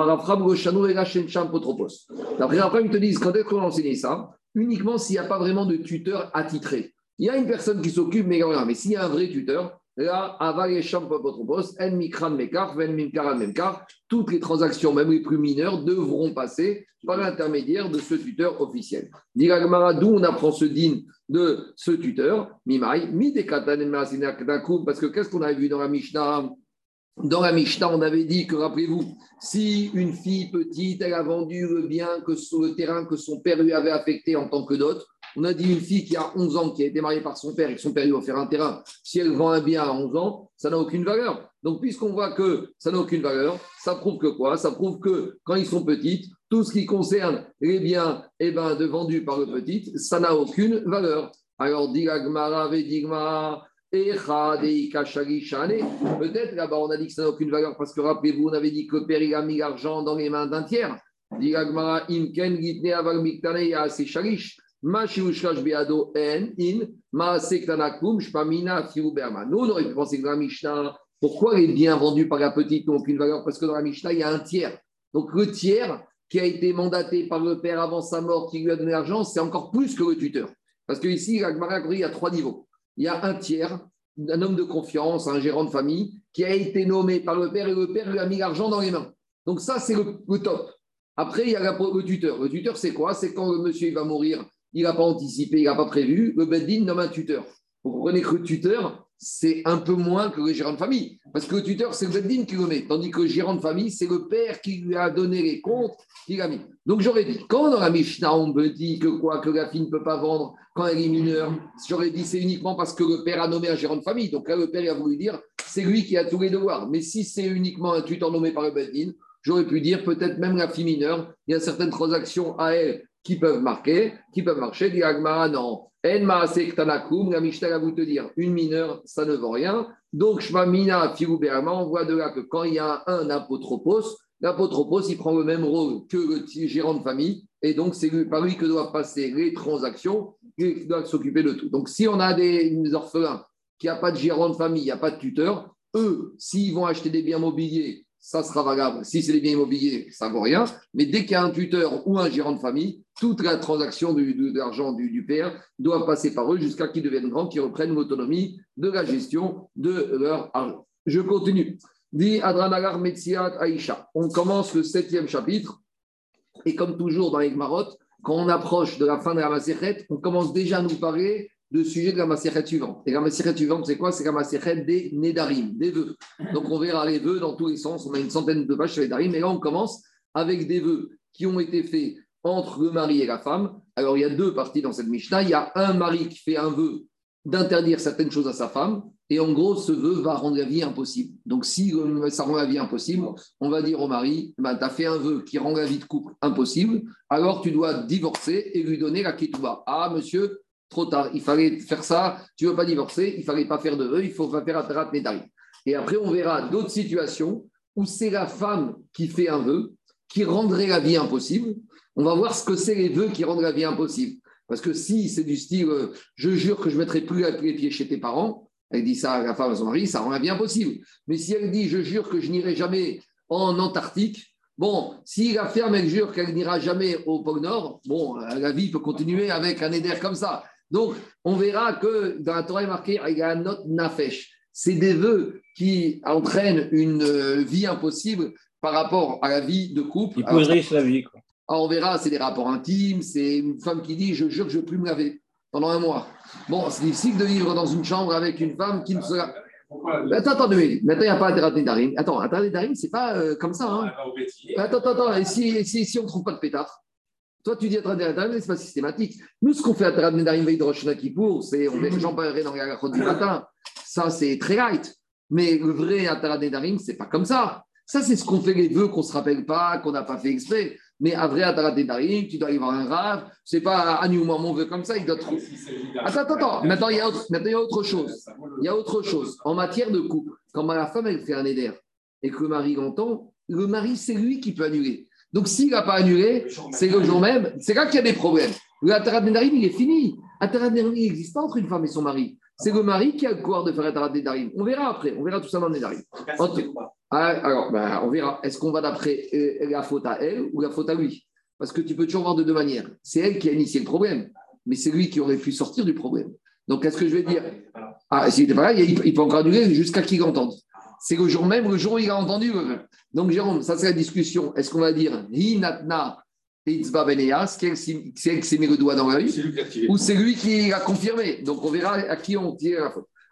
D'après après, ils te disent, quand est-ce qu'on a enseigné ça? Uniquement s'il n'y a pas vraiment de tuteur attitré. Il y a une personne qui s'occupe, mais rien. Mais s'il y a un vrai tuteur, là, toutes les transactions, même les plus mineures, devront passer par l'intermédiaire de ce tuteur officiel. D'où on apprend ce din de ce tuteur, Mimaï, parce que qu'est-ce qu'on avait vu dans la Mishnah? Dans la Mishnah, on avait dit que, rappelez-vous, si une fille petite, elle a vendu le bien, que sur le terrain que son père lui avait affecté en tant que dot, on a dit une fille qui a onze ans, qui a été mariée par son père et que son père lui a offert un terrain, si elle vend un bien à onze ans, ça n'a aucune valeur. Donc, puisqu'on voit que ça n'a aucune valeur, ça prouve que quoi? Ça prouve que quand ils sont petites, tout ce qui concerne les biens eh ben, de vendus par le petit, ça n'a aucune valeur. Alors, dit Agmara, Vedigma, peut-être là-bas, on a dit que ça n'a aucune valeur parce que rappelez-vous, on avait dit que le père il a mis l'argent dans les mains d'un tiers. Dit Agmara, Imken, Gitne, Aval, Miktane, Yaase, Shalish. Nous, on aurait pu penser que dans la Mishnah, pourquoi les biens vendus par la petite n'ont aucune valeur? Parce que dans la Mishnah, il y a un tiers. Donc le tiers qui a été mandaté par le père avant sa mort, qui lui a donné l'argent, c'est encore plus que le tuteur. Parce qu'ici, il y a trois niveaux. Il y a un tiers, un homme de confiance, un gérant de famille, qui a été nommé par le père et le père lui a mis l'argent dans les mains. Donc ça, c'est le, le top. Après, il y a la, le tuteur. Le tuteur, c'est quoi? C'est quand le monsieur il va mourir. Il n'a pas anticipé, il n'a pas prévu, le Beddin nomme un tuteur. Vous comprenez que le tuteur, c'est un peu moins que le gérant de famille. Parce que le tuteur, c'est le Beddin qui le met. Tandis que le gérant de famille, c'est le père qui lui a donné les comptes, qui l'a mis. Donc j'aurais dit, quand dans la Mishnah, on me dit que quoi, que la fille ne peut pas vendre quand elle est mineure, j'aurais dit c'est uniquement parce que le père a nommé un gérant de famille. Donc là, le père il a voulu dire, c'est lui qui a tous les devoirs. Mais si c'est uniquement un tuteur nommé par le Beddin, j'aurais pu dire peut-être même la fille mineure, il y a certaines transactions à elle qui peuvent marquer, qui peuvent marcher. Dit Agmara, non. En maasek tanakum, la Mishnah va vous te dire, une mineure, ça ne vaut rien. Donc, shma mina figu be'ama, on voit de là que quand il y a un apotropos, l'apotropos, il prend le même rôle que le gérant de famille, et donc c'est par lui que doivent passer les transactions, qui doivent s'occuper de tout. Donc, si on a des, des orphelins qui n'ont pas de gérant de famille, il n'y a pas de tuteur, eux, s'ils vont acheter des biens mobiliers, ça sera valable. Si c'est des biens immobiliers, ça ne vaut rien. Mais dès qu'il y a un tuteur ou un gérant de famille, toute la transaction du, de, de l'argent du, du père doit passer par eux jusqu'à qu'ils deviennent grands, qu'ils reprennent l'autonomie de la gestion de leur argent. Je continue. Dit Adranagar Metsiat Aïcha. On commence le septième chapitre. Et comme toujours dans les Gmarot, quand on approche de la fin de la Maséchet, on commence déjà à nous parler de sujet de la Maséchet suivante. Et la Maséchet suivante, c'est quoi? C'est la Maséchet des Nédarim, des vœux. Donc on verra les vœux dans tous les sens. On a une centaine de pages sur les Nédarim. Et là, on commence avec des vœux qui ont été faits entre le mari et la femme. Alors il y a deux parties dans cette Mishnah. Il y a un mari qui fait un vœu d'interdire certaines choses à sa femme. Et en gros, ce vœu va rendre la vie impossible. Donc si ça rend la vie impossible, on va dire au mari, ben, tu as fait un vœu qui rend la vie de couple impossible, alors tu dois divorcer et lui donner la ketouba. Ah monsieur, trop tard, il fallait faire ça, tu ne veux pas divorcer, il ne fallait pas faire de vœu, il faut pas faire Atarat Nedarim. Et après, on verra d'autres situations où c'est la femme qui fait un vœu qui rendrait la vie impossible. On va voir ce que c'est les vœux qui rendent la vie impossible. Parce que si c'est du style, euh, je jure que je ne mettrai plus les pieds chez tes parents, elle dit ça à la femme à son mari, ça rend la vie impossible. Mais si elle dit, je jure que je n'irai jamais en Antarctique, bon, si la ferme, elle jure qu'elle n'ira jamais au pôle Nord, bon, la vie peut continuer avec un éder comme ça. Donc, on verra que dans la Torah, il est marqué Aganot Nafesh. C'est des vœux qui entraînent une vie impossible par rapport à la vie de couple. Ils pourrissent la vie, quoi. Alors, on verra, c'est des rapports intimes, c'est une femme qui dit « je jure que je ne veux plus me laver pendant un mois ». Bon, c'est difficile de vivre dans une chambre avec une femme qui ne se lave. Attends, attends, mais maintenant, il n'y a pas Atarat Nedarim. Attends, Atarat Nedarim, ce n'est pas euh, comme ça. Hein. Attends, attends, attends, et si, et si, si on ne trouve pas de pétard? Toi, tu dis Atarat Nedarim, mais ce n'est pas systématique. Nous, ce qu'on fait à Atarat Nedarim veille de Rosh Hashanah Kippour, c'est on met les gens parleraient dans la gare du matin. Ça, c'est très light. Mais le vrai Atarat Nedarim, ce n'est pas comme ça. Ça, c'est ce qu'on fait les vœux qu'on ne se rappelle pas, qu'on n'a pas fait exprès. Mais à vrai Atarat Nedarim, tu dois aller voir un rave. Ce n'est pas Annie ou moi, mon vœu comme ça, il doit trouver. Attends, attends, attends. Maintenant, il y a autre, maintenant, il y a autre chose. Il y a autre chose. En matière de couple, quand la femme, elle fait un éder et que le mari l'entend, le mari, c'est lui qui peut annuler. Donc, s'il n'a pas annulé, c'est le jour même. C'est là qu'il y a des problèmes. Le Atarat Nedarim, il est fini. Atarat Nedarim, il n'existe pas entre une femme et son mari. C'est le mari qui a le pouvoir de faire Atarat Nedarim. On verra après. On verra tout ça dans le Nedarim. Alors, ben, on verra. Est-ce qu'on va d'après euh, la faute à elle ou la faute à lui? Parce que tu peux toujours voir de deux manières. C'est elle qui a initié le problème, mais c'est lui qui aurait pu sortir du problème. Donc, qu'est-ce que je vais dire? Ah, s'il n'était pas là, il, il peut encore annuler jusqu'à qu'il l'entende. C'est le jour même, le jour où il a entendu. Donc, Jérôme, ça c'est la discussion. Est-ce qu'on va dire Hinatna Itzba Beneya, c'est elle qui s'est mis le doigt dans l'œil, ou c'est lui qui a confirmé? Donc, on verra à qui on tire la faute.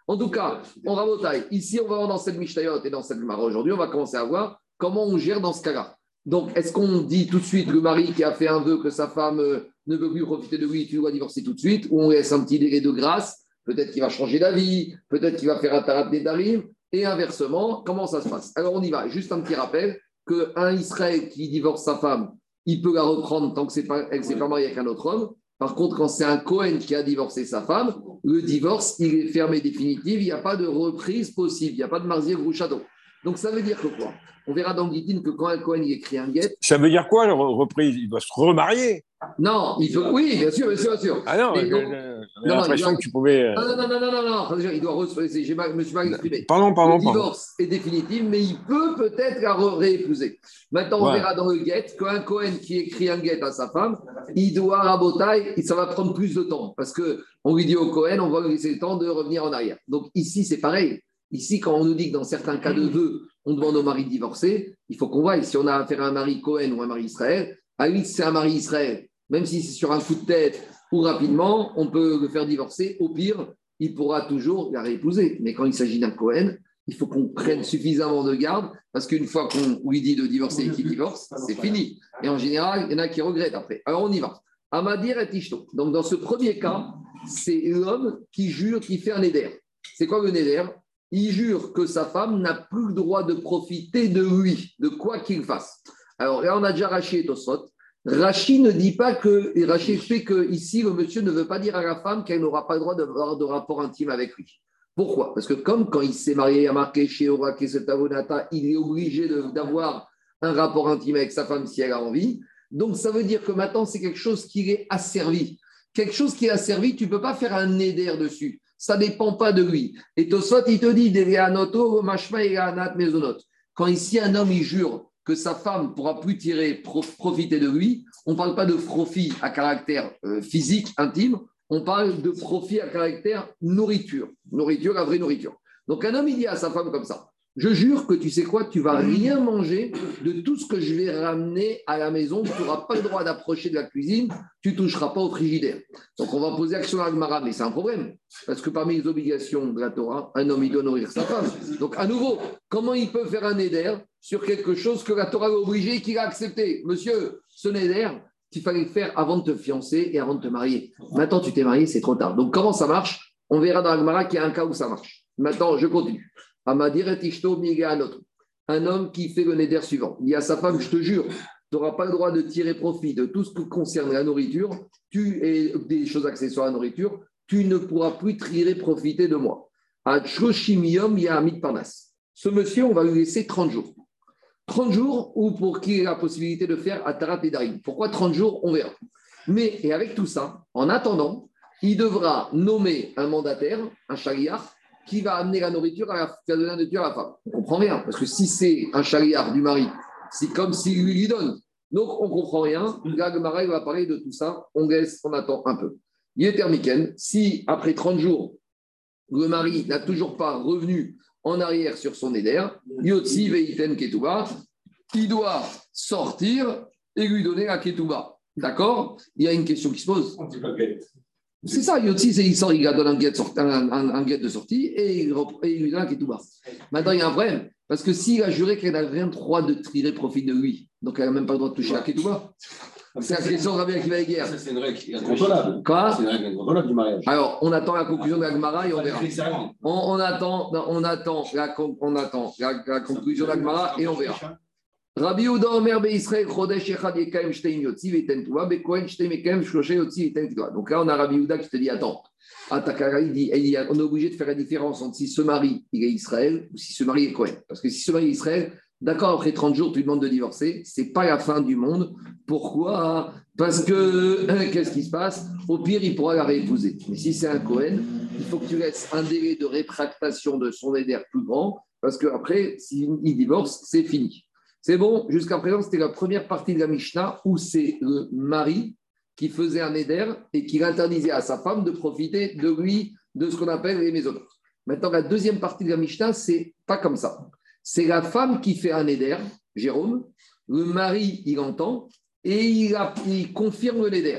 En tout cas, on rabotaille. Ici, on va voir dans cette Mishnayot et dans cette Gemara aujourd'hui, on va commencer à voir comment on gère dans ce cas-là. Donc, est-ce qu'on dit tout de suite le mari qui a fait un vœu que sa femme euh, ne veut plus profiter de lui, tu dois divorcer tout de suite, ou on laisse un petit délai de grâce, peut-être qu'il va changer d'avis, peut-être qu'il va faire un tarat des darim, et inversement, comment ça se passe? Alors, on y va. Juste un petit rappel qu'un Israël qui divorce sa femme, il peut la reprendre tant que c'est pas, elle ne s'est pas mariée avec un autre homme. Par contre, quand c'est un Cohen qui a divorcé sa femme, le divorce, il est fermé définitif, il n'y a pas de reprise possible, il n'y a pas de marzier grouchado. Donc, ça veut dire que quoi? On verra dans le Gittin que quand un Cohen il écrit un guet. Ça veut dire quoi, la reprise? Il doit se remarier? Non, il faut. Oui, bien sûr, bien sûr, bien sûr. Ah non, Mais j'ai donc- l'impression doit- que tu pouvais. euh, Non, non, non, non, non, non, non. Il doit recevoir. Je mal- me suis mal exprimé. Pardon, pardon, Le pardon. divorce est définitif, mais il peut peut-être la re- réépouser. Maintenant, on Ouais. verra dans le guet qu'un Cohen qui écrit un guet à sa femme, il doit rabotailler et ça va prendre plus de temps parce qu'on lui dit au Cohen, on va lui laisser le temps de revenir en arrière. Donc ici, c'est pareil. Ici, quand on nous dit que dans certains cas de vœux, on demande au mari de divorcer, il faut qu'on voie si on a affaire à un mari Cohen ou un mari Israël. À lui, c'est un mari Israël. Même si c'est sur un coup de tête ou rapidement, on peut le faire divorcer. Au pire, il pourra toujours la réépouser. Mais quand il s'agit d'un Cohen, il faut qu'on prenne suffisamment de garde parce qu'une fois qu'on lui dit de divorcer et qu'il divorce, c'est fini. Et en général, il y en a qui regrettent après. Alors on y va. Amadir et Tishto. Donc dans ce premier cas, c'est l'homme qui jure, qui fait un éder. C'est quoi le néder? Il jure que sa femme n'a plus le droit de profiter de lui, de quoi qu'il fasse. Alors là, on a déjà Rachi et Tosfot. Rachi ne dit pas que, et Rachi fait que ici, le monsieur ne veut pas dire à la femme qu'elle n'aura pas le droit d'avoir de rapport intime avec lui. Pourquoi? Parce que comme quand il s'est marié à marqué chez Orak et Setavonata, il est obligé de- d'avoir un rapport intime avec sa femme si elle a envie. Donc ça veut dire que maintenant, c'est quelque chose qui est asservi. Quelque chose qui est asservi, tu ne peux pas faire un néder dessus. Ça ne dépend pas de lui. Et Tosfot, il te dit, Deveanoto, Mashma et Anat Mezonot. Quand ici un homme, il jure que sa femme ne pourra plus tirer, pro- profiter de lui, on ne parle pas de profit à caractère euh, physique, intime, on parle de profit à caractère nourriture. Nourriture, la vraie nourriture. Donc un homme, il dit à sa femme comme ça, je jure que tu sais quoi, tu vas rien manger de tout ce que je vais ramener à la maison, tu n'auras pas le droit d'approcher de la cuisine, tu ne toucheras pas au frigidaire. Donc on va poser action à Agmara, mais c'est un problème, parce que parmi les obligations de la Torah, un homme, il doit nourrir sa femme. Donc à nouveau, comment il peut faire un éder sur quelque chose que la Torah l'a obligé et qu'il a accepté? Monsieur, ce néder, qu'il fallait le faire avant de te fiancer et avant de te marier. Maintenant, tu t'es marié, c'est trop tard. Donc comment ça marche? On verra dans Agmara qu'il y a un cas où ça marche. Maintenant, je continue. Amadir et Tishto, Miga, un autre. Un homme qui fait le néder suivant. Il dit à sa femme, je te jure, tu n'auras pas le droit de tirer profit de tout ce qui concerne la nourriture, tu et des choses accessoires à la nourriture, tu ne pourras plus tirer profiter de moi. À Choshimium, il y a un Parnas. Ce monsieur, on va lui laisser trente jours. trente jours ou pour qu'il ait la possibilité de faire Atarat et Darim. Pourquoi trente jours? On verra. Mais, et avec tout ça, en attendant, il devra nommer un mandataire, un chariard, qui va amener la nourriture à la, qui va donner la nourriture à la femme. On ne comprend rien, parce que si c'est un chariard du mari, c'est comme s'il lui, lui donne. Donc, on ne comprend rien. Là, le mari va parler de tout ça. On laisse, on attend un peu. Il est termiken. Si, après trente jours, le mari n'a toujours pas revenu en arrière sur son éder, Yotzi Veiten Ketouba, il doit sortir et lui donner la Ketouba. D'accord? Il y a une question qui se pose. On dit pas guette. C'est ça, Yotzi, c'est il sort, il donne un guet, un, un, un guet de sortie et il, repre- et il lui donne un Ketouba. Maintenant, il y a un problème, parce que s'il a juré qu'elle n'a rien le droit de tirer profit de lui, donc elle n'a même pas le droit de toucher la Ketouba, c'est la question de Rabbi Akiva Eger. Ça, c'est une règle incontrôlable. Quoi? C'est une règle incontrôlable du mariage. Alors, on attend la conclusion de la Gemara et on verra. Nécessairement. On, on attend, non, on attend, la, con- on attend la, la conclusion de la Gemara et on verra. Rabbi Yehuda Omer Be'Israël Chodesh Echad Yekaim Shteim Yotzi Ve'iten Tuva Be'Kohen Shteim Yekaim Shloshe Yotzi Ve'iten Tuva. Donc là, on a Rabbi Yehuda qui te dit attends. Atakara, il dit, il dit, on est obligé de faire la différence entre si ce mari il est Israël ou si ce mari est Kohen. Parce que si ce mari est Israël, d'accord, après trente jours, tu lui demandes de divorcer, c'est pas la fin du monde. Pourquoi? Parce que qu'est-ce qui se passe? Au pire, il pourra la réépouser. Mais si c'est un Kohen, il faut que tu laisses un délai de rétractation de son éder plus grand, parce qu'après, s'il divorce, c'est fini. C'est bon, jusqu'à présent, c'était la première partie de la Mishnah où c'est le mari qui faisait un éder et qui interdisait à sa femme de profiter de lui, de ce qu'on appelle les mésonotes. Maintenant, la deuxième partie de la Mishnah, c'est pas comme ça. C'est la femme qui fait un éder, Jérôme, le mari, il entend, et il, a, il confirme le néder.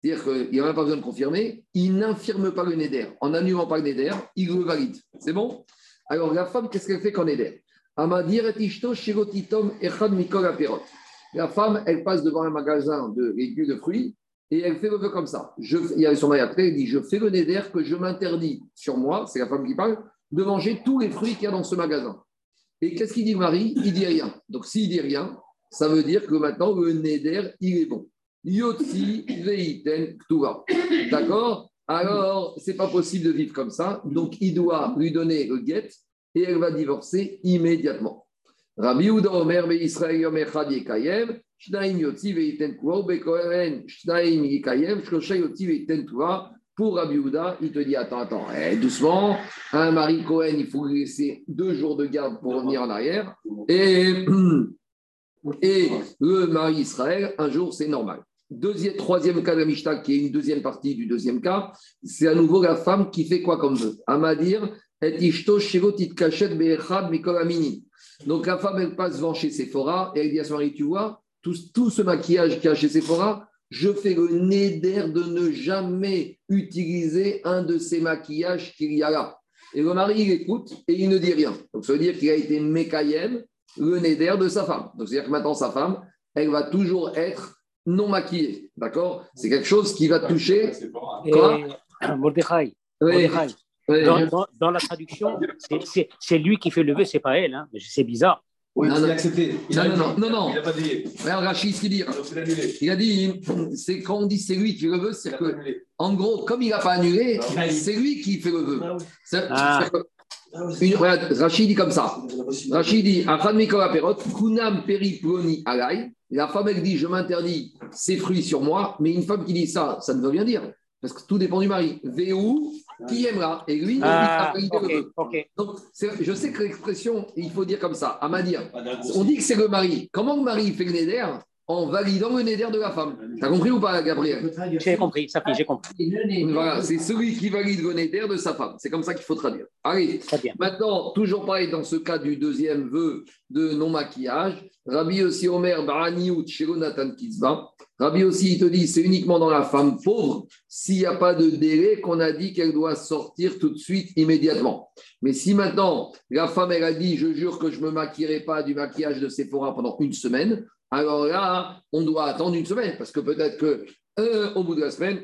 C'est-à-dire qu'il n'y a même pas besoin de confirmer, il n'infirme pas le Neder. En annulant pas le Neder, il le valide. C'est bon? Alors la femme, qu'est-ce qu'elle fait qu'en Neder? La femme, elle passe devant un magasin de légumes, de fruits, et elle fait le vœu comme ça. Je, il y a son mari après, elle dit, je fais le Neder que je m'interdis sur moi, c'est la femme qui parle, de manger tous les fruits qu'il y a dans ce magasin. Et qu'est-ce qu'il dit le mari? Il dit rien. Donc s'il dit rien, ça veut dire que maintenant le Neder, il est bon. Yotzi veiten ktuva. D'accord? Alors, c'est pas possible de vivre comme ça. Donc, il doit lui donner le guet et elle va divorcer immédiatement. Rabbi Yehuda Omer be Israël yom echad yekayem, shnaim yotzi veiten ktuva, bekohen shnaim yekayem, shlosha yotzi veiten ktuva. Pour Rabbi Yehuda, il te dit attends, attends, eh, doucement. Un mari Cohen, il faut lui laisser deux jours de garde pour revenir en arrière. Et, et le mari Israël, un jour, c'est normal. Deuxième, troisième cas de la Mishnah, qui est une deuxième partie du deuxième cas, c'est à nouveau la femme qui fait quoi comme vœu? Amadir, et ishto shirotit kachet be'echad mikol amini. Donc la femme, elle passe devant chez Sephora et elle dit à son mari, tu vois, tout, tout ce maquillage qu'il y a chez Sephora, je fais le néder de ne jamais utiliser un de ces maquillages qu'il y a là. Et le mari, il écoute et il ne dit rien. Donc ça veut dire qu'il a été mékayem, le néder de sa femme. Donc c'est-à-dire que maintenant, sa femme, elle va toujours être non maquillée, d'accord? C'est quelque chose qui va toucher. Quoi? Mordechai, Oui. Mordechai. Oui. Dans, dans, dans la traduction, c'est, c'est, c'est lui qui fait le vœu, c'est pas elle. Hein. C'est bizarre. Oui, Non, il non. a accepté. Il Non, a non, non, non, non. Il n'a pas dit. Regarde Rachid, ce qu'il dit. Alors, c'est annulé. Il a dit, c'est quand on dit c'est lui qui fait le vœu, c'est Il a que, pas annulé. en gros, comme il n'a pas annulé, Ah oui. c'est lui qui fait le vœu. Ah oui. C'est- Ah. c'est que- Ah oui, c'est une- ça. regarde, Rachid dit comme ça. C'est pas possible. Rachid dit, Achad Mikola Perot, Kunam Peri Ploni Alay. La femme, elle dit, je m'interdis ces fruits sur moi, mais une femme qui dit ça, ça ne veut rien dire. Parce que tout dépend du mari. Véou, qui aimera. Et lui, il Ah, a validé ok, le vœu. ok. Donc, c'est- je sais que l'expression, il faut dire comme ça, à Madir. Pas d'un gros On dit que c'est le mari. Comment le mari fait le néder? En validant le néder de la femme. T'as compris ou pas, Gabriel? J'ai compris, ça fait, j'ai compris. Voilà, c'est celui qui valide le néder de sa femme. C'est comme ça qu'il faut traduire. Allez, Très bien. maintenant, toujours pareil dans ce cas du deuxième vœu de non-maquillage. Rabbi aussi Omer Baraniut Shelonatan Kizba. Rabbi aussi, il te dit, c'est uniquement dans la femme pauvre, s'il n'y a pas de délai, qu'on a dit qu'elle doit sortir tout de suite, immédiatement. Mais si maintenant, la femme, elle a dit, je jure que je ne me maquillerai pas du maquillage de Sephora pendant une semaine, alors là, on doit attendre une semaine, parce que peut-être que euh, au bout de la semaine,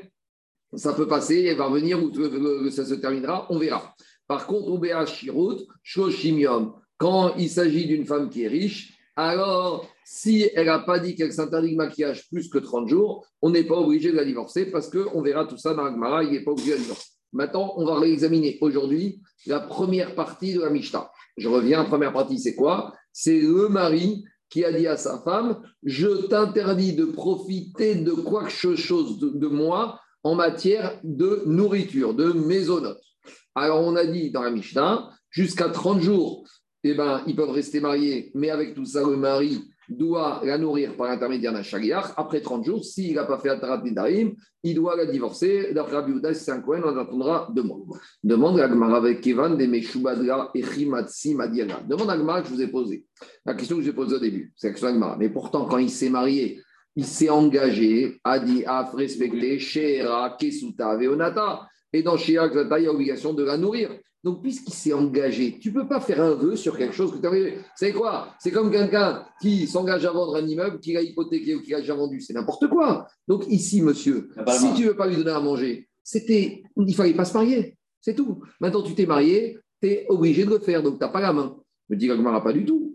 ça peut passer, elle va revenir, ou euh, ça se terminera, on verra. Par contre, Ubea Shirut, Shoshimium, quand il s'agit d'une femme qui est riche, alors, si elle n'a pas dit qu'elle s'interdit le maquillage plus que trente jours, on n'est pas obligé de la divorcer parce qu'on verra tout ça dans la Gemara, il n'est pas obligé de la divorcer. Maintenant, on va réexaminer aujourd'hui la première partie de la Mishnah. Je reviens, la première partie, c'est quoi? C'est le mari qui a dit à sa femme, je t'interdis de profiter de quoi que chose de, de moi en matière de nourriture, de mésonote. Alors, on a dit dans la Mishnah, jusqu'à trente jours, eh ben, ils peuvent rester mariés, mais avec tout ça, le mari doit la nourrir par l'intermédiaire d'un shaliach. Après trente jours, s'il n'a pas fait Atarat Nidarim, il doit la divorcer. D'après Rabbi Yehuda, si c'est un Kohen, on attendra deux mois. Demande à Gemara avec Kevan de Meshubadra et Chimatsi Madiana. Demande à Gemara que je vous ai posée. La question que j'ai posée au début, c'est la question de Gemara. Mais pourtant, quand il s'est marié, il s'est engagé à, dit, à respecter Sheera, Kesuta, Veonata. Et dans Sheera, il y a obligation de la nourrir. Donc, puisqu'il s'est engagé, tu ne peux pas faire un vœu sur quelque chose que tu as fait. C'est quoi? C'est comme quelqu'un qui s'engage à vendre un immeuble, qui l'a hypothéqué ou qui l'a déjà vendu. C'est n'importe quoi. Donc, ici, monsieur, si tu ne veux pas lui donner à manger, c'était, il ne fallait pas se marier. C'est tout. Maintenant, tu t'es marié, tu es obligé de le faire. Donc, tu n'as pas la main. Me dit Gagmara, pas du tout.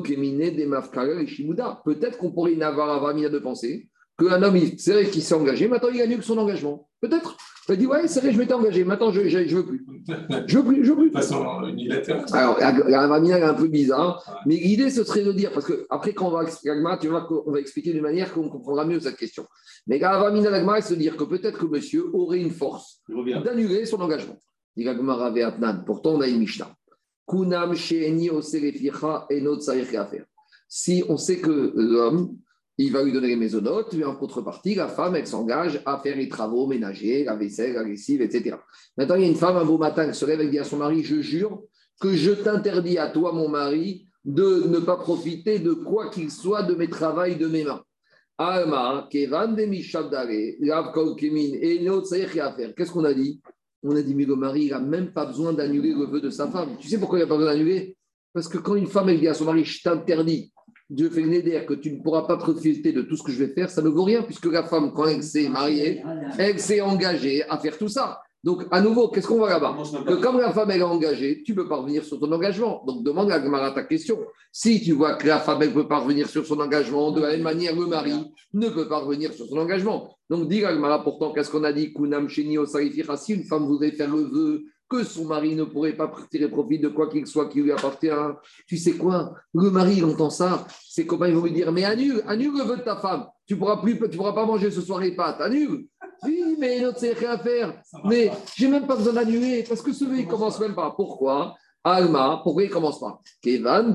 Peut-être qu'on pourrait y avoir avamina de penser qu'un homme, c'est vrai qu'il s'est engagé, maintenant il gagne que son engagement. Peut-être. Il dit, ouais, c'est vrai, je m'étais engagé, maintenant je ne veux plus. Je veux plus, je veux plus. De façon unilatérale. Alors, la, la avamina est un peu bizarre, ouais. Mais l'idée, ce serait de dire, parce qu'après, quand on va expliquer, tu vas voir qu'on va expliquer d'une manière qu'on comprendra mieux cette question. Mais la avamina l'agma, c'est de dire que peut-être que monsieur aurait une force d'annuler son engagement. Dit l'agma ve'atnan. Pourtant, on a une Mishnah. Kunam she'eni oseleficha enot sarich faire. Si on sait que l'homme, il va lui donner les mésonotes, mais en contrepartie, la femme, elle s'engage à faire les travaux ménagers, la vaisselle, la lessive, et cetera. Maintenant, il y a une femme, un beau matin, qui se lève et dit à son mari, je jure que je t'interdis à toi, mon mari, de ne pas profiter de quoi qu'il soit de mes travaux, de mes mains. Alma, Kevan de Mishabdare, Rav Kolkemin, et une autre, ça y est, à faire. Qu'est-ce qu'on a dit? On a dit, mais le mari, il n'a même pas besoin d'annuler le vœu de sa femme. Tu sais pourquoi il n'a pas besoin d'annuler? Parce que quand une femme, elle dit à son mari, je t'interdis, Dieu fait le néder, que tu ne pourras pas profiter de tout ce que je vais faire, ça ne vaut rien, puisque la femme, quand elle s'est mariée, elle s'est engagée à faire tout ça. Donc, à nouveau, qu'est-ce qu'on voit là-bas? Que comme la femme, elle est engagée, tu ne peux pas revenir sur ton engagement. Donc, demande à Gemara ta question. Si tu vois que la femme, elle ne peut pas revenir sur son engagement, de la même manière, le mari ne peut pas revenir sur son engagement. Donc, dis à Gemara, pourtant, qu'est-ce qu'on a dit? Kunam Sheni Osarificha, si une femme voudrait faire le vœu que son mari ne pourrait pas tirer profit de quoi qu'il soit qui lui appartient, tu sais quoi? Le mari, il entend ça. Ses copains, ils vont lui dire, mais annule, annule le vœu de ta femme. Tu ne pourras, plus, tu pourras pas manger ce soir les pâtes. Annule. Oui, mais l'autre, c'est rien à faire. Mais je n'ai même pas besoin d'annuler parce que ce vœu, il ne commence même pas. Pourquoi? Alma, pourquoi il ne commence pas? Kevan,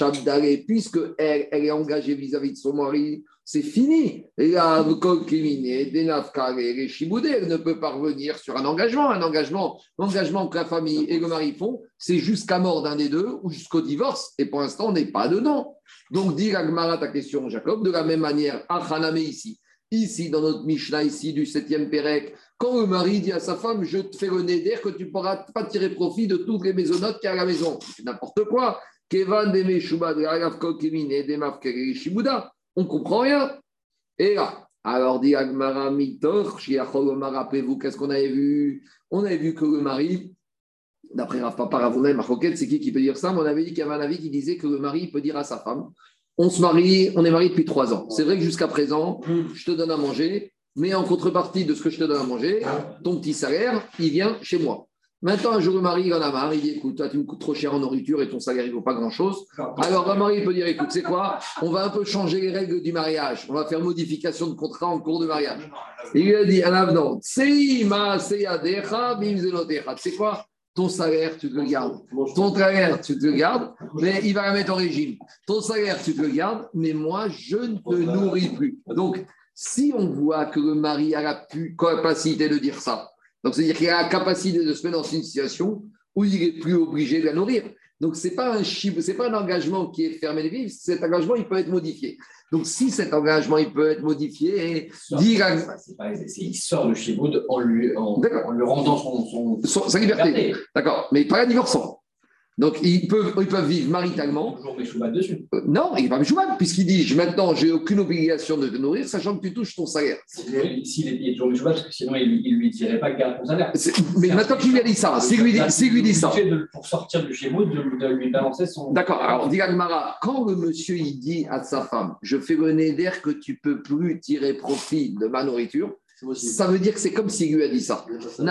puisque elle, elle est engagée vis-à-vis de son mari, c'est fini. La Kolkimine, Denafkare, les Shiboudé, elle ne peut pas revenir sur un engagement. Un engagement, l'engagement que la famille et le mari font, c'est jusqu'à mort d'un des deux ou jusqu'au divorce. Et pour l'instant, on n'est pas dedans. Donc, dis Agmara ta question, Jacob, de la même manière, Achaname ici. Ici, dans notre Mishnah, ici, du septième Pérec, quand le mari dit à sa femme, je te fais le néder que tu ne pourras pas tirer profit de toutes les maisonnotes qu'il y a à la maison. C'est n'importe quoi. Kevan de Meshuba, de Rav Kolkemine, de Mafkere Shibuda. On ne comprend rien. Et là, alors dit Agmara Mitor, rappelez-vous, qu'est-ce qu'on avait vu? On avait vu que le mari, d'après Rav Papa Ravonel, Marcoquette, c'est qui qui peut dire ça? Mais on avait dit qu'il y avait un avis qui disait que le mari peut dire à sa femme, on se marie, on est marié depuis trois ans. C'est vrai que jusqu'à présent, je te donne à manger, mais en contrepartie de ce que je te donne à manger, ton petit salaire, il vient chez moi. Maintenant, un jour, le mari, il en a marre, il dit, écoute, toi, tu me coûtes trop cher en nourriture et ton salaire, il ne vaut pas grand-chose. Alors, le mari, il peut dire, écoute, c'est quoi? On va un peu changer les règles du mariage. On va faire modification de contrat en cours de mariage. Il lui a dit, un avenant, c'est quoi? Ton salaire, tu te le gardes. Ton salaire, tu te le gardes, mais il va la mettre en régime. Ton salaire, tu te le gardes, mais moi, je ne te nourris plus. Donc, si on voit que le mari a la capacité de dire ça, donc c'est-à-dire qu'il a la capacité de se mettre dans une situation où il n'est plus obligé de la nourrir. Donc, ce n'est pas, pas un engagement qui est fermé de vivre, cet engagement, il peut être modifié. Donc, si cet engagement, il peut être modifié, il, dire à... c'est pas, c'est, il sort de Shiboud en lui, en, en lui rendant son, son, son, sa liberté. liberté. D'accord, mais pas la divorçant. Donc, ils peuvent, ils peuvent vivre maritalement. Toujours Meshubat dessus. Euh, non, il n'est pas Meshubat, puisqu'il dit maintenant, je n'ai aucune obligation de te nourrir, sachant que tu touches ton salaire. S'il est, est toujours Meshubat, parce que sinon, il ne lui dirait pas garde ton salaire. C'est, mais c'est maintenant qu'il lui a dit ça, c'est lui, c'est lui dit ça. De, pour sortir du Shiboud, de, de lui balancer son. D'accord, alors, dit Agmara, quand le monsieur il dit à sa femme, je fais le néder que tu ne peux plus tirer profit de ma nourriture, ça veut dire que c'est comme s'il lui a dit ça.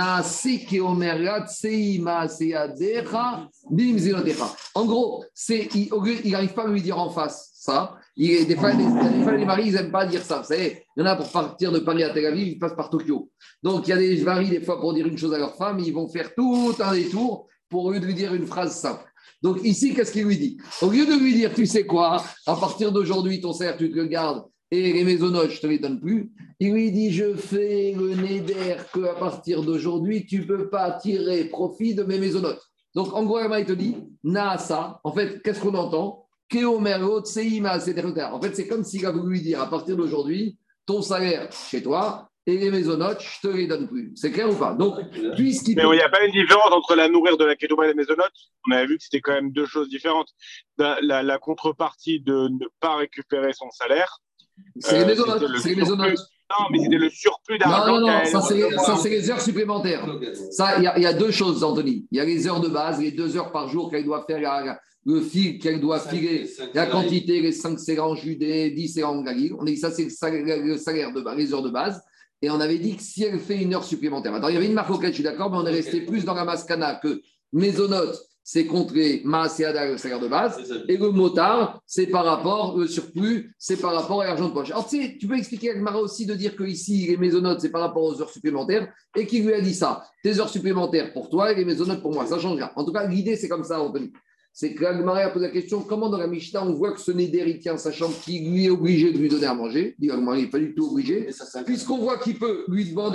En gros, c'est, il n'arrive pas à lui dire en face ça. Il, des, fois, des, des fois, les maris, ils n'aiment pas dire ça. Vous savez, il y en a pour partir de Paris à Tel Aviv, ils passent par Tokyo. Donc, il y a des maris, des fois, pour dire une chose à leur femme, ils vont faire tout un détour pour au lieu de lui dire une phrase simple. Donc, ici, qu'est-ce qu'il lui dit? Au lieu de lui dire, tu sais quoi, à partir d'aujourd'hui, ton salaire, tu te le gardes. Et les maisonnotes, je ne te les donne plus. Il lui dit, je fais le néder qu'à partir d'aujourd'hui, tu ne peux pas tirer profit de mes maisonnotes. Donc, en gros, il te dit, Naasa, en fait, qu'est-ce qu'on entend? En fait, c'est comme s'il a voulu lui dire, à partir d'aujourd'hui, ton salaire chez toi et les maisonnotes, je ne te les donne plus. C'est clair ou pas? Donc, puisqu'il Mais il n'y a pas une différence entre la nourrir de la Ketouba et les maisonnotes. On avait vu que c'était quand même deux choses différentes. La, la, la contrepartie de ne pas récupérer son salaire. C'est les maisonnotes. C'est les maisonnotes. Non, mais c'était le surplus d'argent. Non, non, non, ça c'est, ça c'est les heures supplémentaires. Ça, il y, y a deux choses, Anthony. Il y a les heures de base, les deux heures par jour qu'elle doit faire, la, le fil qu'elle doit filer, la quantité, les cinq séries en Judée, dix séries en Galil. On a dit ça, c'est le salaire, le salaire de base, les heures de base. Et on avait dit que si elle fait une heure supplémentaire. Attends, il y avait une marque auquel je suis d'accord, mais on est resté plus dans la maskana que maisonnote. C'est contre les Maaséada, le salaire de base, et le motard, c'est par rapport, le surplus, c'est par rapport à l'argent de poche. Alors, tu sais, tu peux expliquer à Gmara aussi de dire que ici, les maisonnotes, c'est par rapport aux heures supplémentaires, et qui lui a dit ça? Tes heures supplémentaires pour toi et les maisonnotes pour moi, ça change rien. En tout cas, l'idée, c'est comme ça, Anthony. C'est que Gmara a posé la question, comment dans la Mishnah, on voit que ce Néder, il tient sachant qu'il lui est obligé de lui donner à manger? Il n'est pas du tout obligé, puisqu'on voit qu'il peut lui demander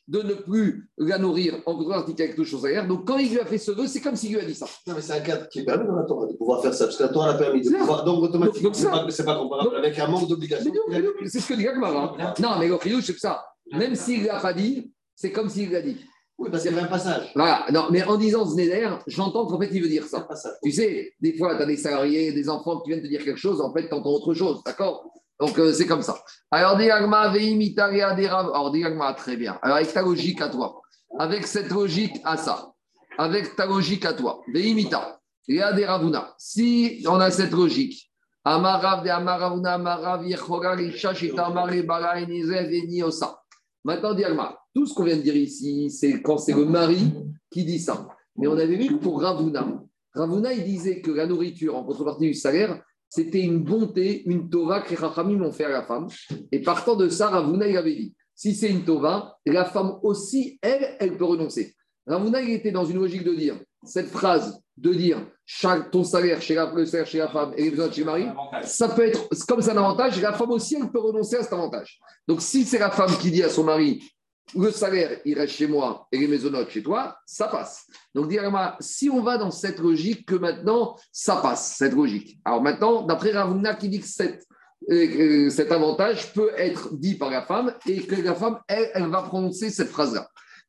de ne plus la nourrir en contrepartie avec touche au salaire. Donc, quand il lui a fait ce vœu, c'est comme s'il lui a dit ça. Non, mais c'est un cadre qui est permis dans la Torah de pouvoir faire ça, parce que la Torah l'a permis de pouvoir. Donc, automatiquement, c'est pas, c'est pas comparable donc, avec un manque d'obligation. C'est ce que dit Gagmara. Hein. Non, mais le chidouche, c'est ça. Même s'il ne l'a pas dit, c'est comme s'il l'a dit. Oui, parce qu'il y avait un passage. Voilà, non, mais en disant Zneder, j'entends qu'en fait, il veut dire ça. Tu sais, des fois, tu as des salariés, des enfants qui viennent te dire quelque chose, en fait, tu entends autre chose, d'accord? Donc, euh, c'est comme ça. Alors, Diagma, Veimitaria, Derav. Alors, Diagma, très bien. Alors, avec ta logique à toi, avec cette logique à ça, avec ta logique à toi, Veimita, Ria Deravuna, si on a cette logique, Amarav de Amaravuna, Amarav, Yechora, Risha, Shitamare, Bara, Enizev, Eniosa. Maintenant, Diagma, tout ce qu'on vient de dire ici, c'est quand c'est le mari qui dit ça. Mais on avait vu que pour Ravuna, Ravuna, il disait que la nourriture, en contrepartie du salaire, c'était une bonté, une tova que les Rachamim ont fait à la femme. Et partant de ça, Ravuna, il avait dit, si c'est une tova, la femme aussi, elle, elle peut renoncer. Ravuna, il était dans une logique de dire, cette phrase de dire, chaque, ton salaire chez la, le salaire chez la femme et les besoins chez le mari, ça peut être, comme c'est un avantage, la femme aussi, elle peut renoncer à cet avantage. Donc, si c'est la femme qui dit à son mari, le salaire, il reste chez moi et les maisonnotes chez toi, ça passe. Donc, directement, si on va dans cette logique que maintenant, ça passe, cette logique. Alors maintenant, d'après Ravuna qui dit que cette, euh, cet avantage peut être dit par la femme et que la femme, elle, elle va prononcer cette phrase-là.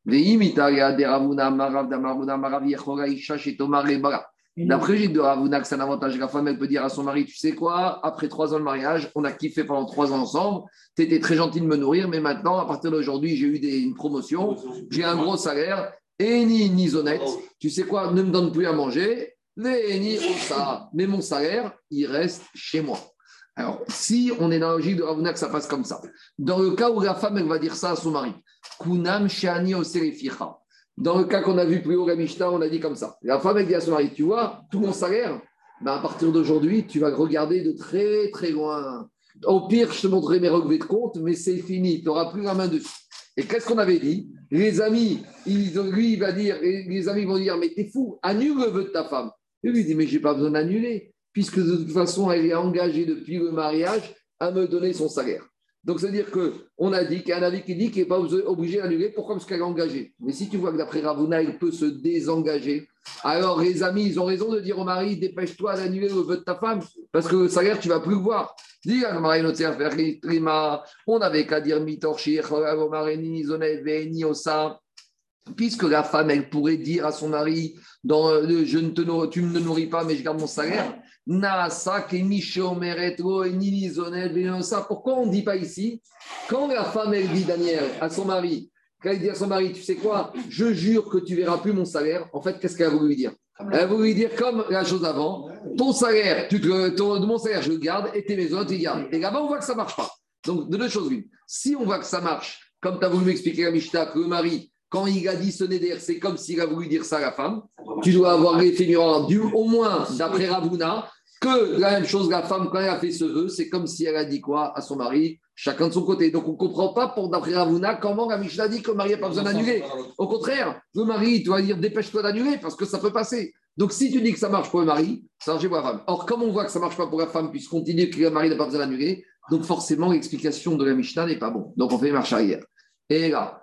D'après Gilles de Ravuna, que c'est un avantage, la femme, elle peut dire à son mari, tu sais quoi, après trois ans de mariage, on a kiffé pendant trois ans ensemble, tu étais très gentil de me nourrir, mais maintenant, à partir d'aujourd'hui, j'ai eu des, une promotion, j'ai un gros salaire, et ni, ni zonnette, tu sais quoi, ne me donne plus à manger, ni ça, mais mon salaire, il reste chez moi. Alors, si on est dans la logique de Ravuna, que ça passe comme ça, dans le cas où la femme, elle va dire ça à son mari, Kunam Shani Osereficha. Dans le cas qu'on a vu plus haut, la Mishnah, on a dit comme ça. La femme, elle dit à son mari, tu vois, tout mon salaire, ben à partir d'aujourd'hui, tu vas regarder de très, très loin. Au pire, je te montrerai mes relevés de compte, mais c'est fini, tu n'auras plus la main dessus. Et qu'est-ce qu'on avait dit? Les amis, ils, lui, il va dire, les amis vont dire, mais t'es fou, annule le vœu de ta femme. Et lui, il dit, mais je n'ai pas besoin d'annuler, puisque de toute façon, elle est engagée depuis le mariage à me donner son salaire. Donc, c'est-à-dire qu'on a dit qu'il y a un avis qui dit qu'il n'est pas obligé d'annuler. Pourquoi? Parce qu'elle est engagée. Mais si tu vois que d'après Ravuna, il peut se désengager, alors les amis, ils ont raison de dire au mari, dépêche-toi d'annuler le vœu de ta femme, parce que le salaire, tu ne vas plus le voir. Dis à mari, on n'avait qu'à dire mitorchir, puisque la femme, elle pourrait dire à son mari, dans le, je ne te nourris, tu ne me nourris pas, mais je garde mon salaire. Pourquoi on ne dit pas ici, quand la femme, elle dit, Daniel, à son mari, quand elle dit à son mari, tu sais quoi, je jure que tu ne verras plus mon salaire, en fait, qu'est-ce qu'elle a voulu lui dire? Elle a voulu lui dire, comme la chose avant, ton salaire, tu te, ton, mon salaire, je le garde, et tes maisons, tu les gardes. Et là-bas, on voit que ça ne marche pas. Donc, de deux choses l'une. Si on voit que ça marche, comme tu as voulu m'expliquer la Mishnah, que le mari, quand il a dit ce néder, c'est comme s'il a voulu dire ça à la femme. Tu dois avoir l'effet miroir du, au moins, d'après Ravuna, que la même chose, la femme, quand elle a fait ce vœu, c'est comme si elle a dit quoi à son mari, chacun de son côté. Donc, on ne comprend pas, pour d'après Ravuna, comment la Mishnah dit que le mari n'a pas besoin d'annuler. Au contraire, le mari, tu vas dire, dépêche-toi d'annuler, parce que ça peut passer. Donc, si tu dis que ça marche pour le mari, ça marche pour la femme. Or, comme on voit que ça ne marche pas pour la femme, puisqu'on dit que le mari n'a pas besoin d'annuler, donc forcément, l'explication de la Mishnah n'est pas bonne. Donc, on fait marche arrière. Et là,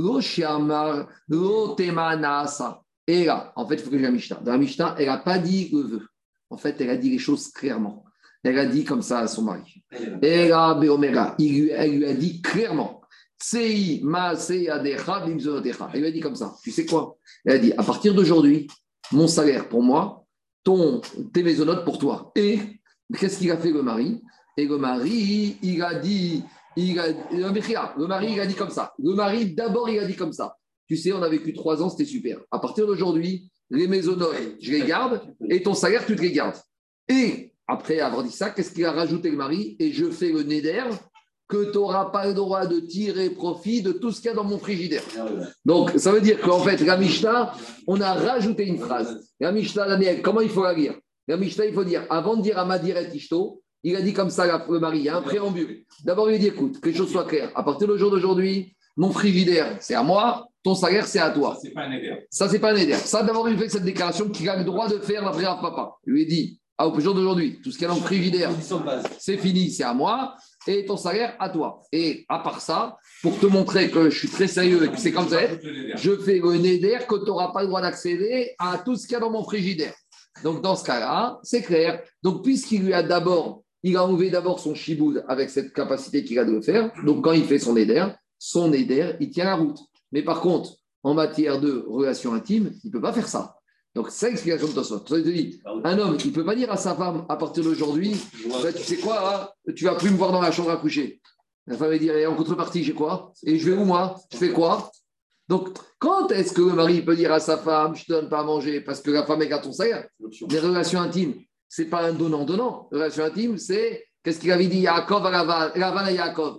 et là, en fait, il faut que je la Mishnah. Dans la Mishnah, elle n'a pas dit le vœu. En fait, elle a dit les choses clairement. Elle a dit comme ça à son mari. Et là, Béoméra, elle lui a dit clairement. Elle lui a dit comme ça. Tu sais quoi? Elle a dit, à partir d'aujourd'hui, mon salaire pour moi, ton, tes maisonnotes pour toi. Et qu'est-ce qu'il a fait le mari? Et le mari, il a dit... Il a, le mari, il a dit comme ça. Le mari, d'abord, il a dit comme ça. Tu sais, on a vécu trois ans, c'était super. À partir d'aujourd'hui, les maisonnotes, je les garde, et ton salaire, tu te les gardes. Et après avoir dit ça, qu'est-ce qu'il a rajouté le mari? Et je fais le néder que tu n'auras pas le droit de tirer profit de tout ce qu'il y a dans mon frigidaire. Donc, ça veut dire qu'en fait, la Mishnah, on a rajouté une phrase. La Mishnah, Daniel, comment il faut la lire? La Mishnah, il faut dire, avant de dire à Madiret Ishto, il a dit comme ça, le mari, il y a un préambule. D'abord, il dit, écoute, que les choses soient claires. À partir du jour d'aujourd'hui, mon frigidaire, c'est à moi, ton salaire, c'est à toi. Ça, c'est pas un éder. Ça, c'est pas un éder. Ça, d'abord, il fait cette déclaration qu'il a le droit de faire d'après à papa. Il lui dit, ah, au jour d'aujourd'hui, tout ce qu'il y a dans le frigidaire, c'est fini, c'est à moi. et ton salaire à toi. Et à part ça, pour te montrer que je suis très sérieux et que c'est comme ça, je fais le néder que tu n'auras pas le droit d'accéder à tout ce qu'il y a dans mon frigidaire. Donc, dans ce cas-là, c'est clair. Donc, puisqu'il lui a d'abord, il a enlevé d'abord son chiboud avec cette capacité qu'il a de le faire. Donc, quand il fait son néder, son néder, il tient la route. Mais par contre, en matière de relations intimes, il ne peut pas faire ça. Donc, c'est l'explication de Tosfot. Ça, il te dit, un homme, il ne peut pas dire à sa femme, à partir d'aujourd'hui, bah, tu sais quoi, hein, tu ne vas plus me voir dans la chambre à coucher. La femme va dire, et en contrepartie, j'ai quoi? Et je vais où, moi? Je fais quoi? Donc, quand est-ce que le mari peut dire à sa femme, je ne te donne pas à manger parce que la femme est à ton salaire? Les relations intimes, ce n'est pas un donnant-donnant. Les relations intimes, c'est, qu'est-ce qu'il avait dit Yaakov à Lavan, Lavan à Yaakov,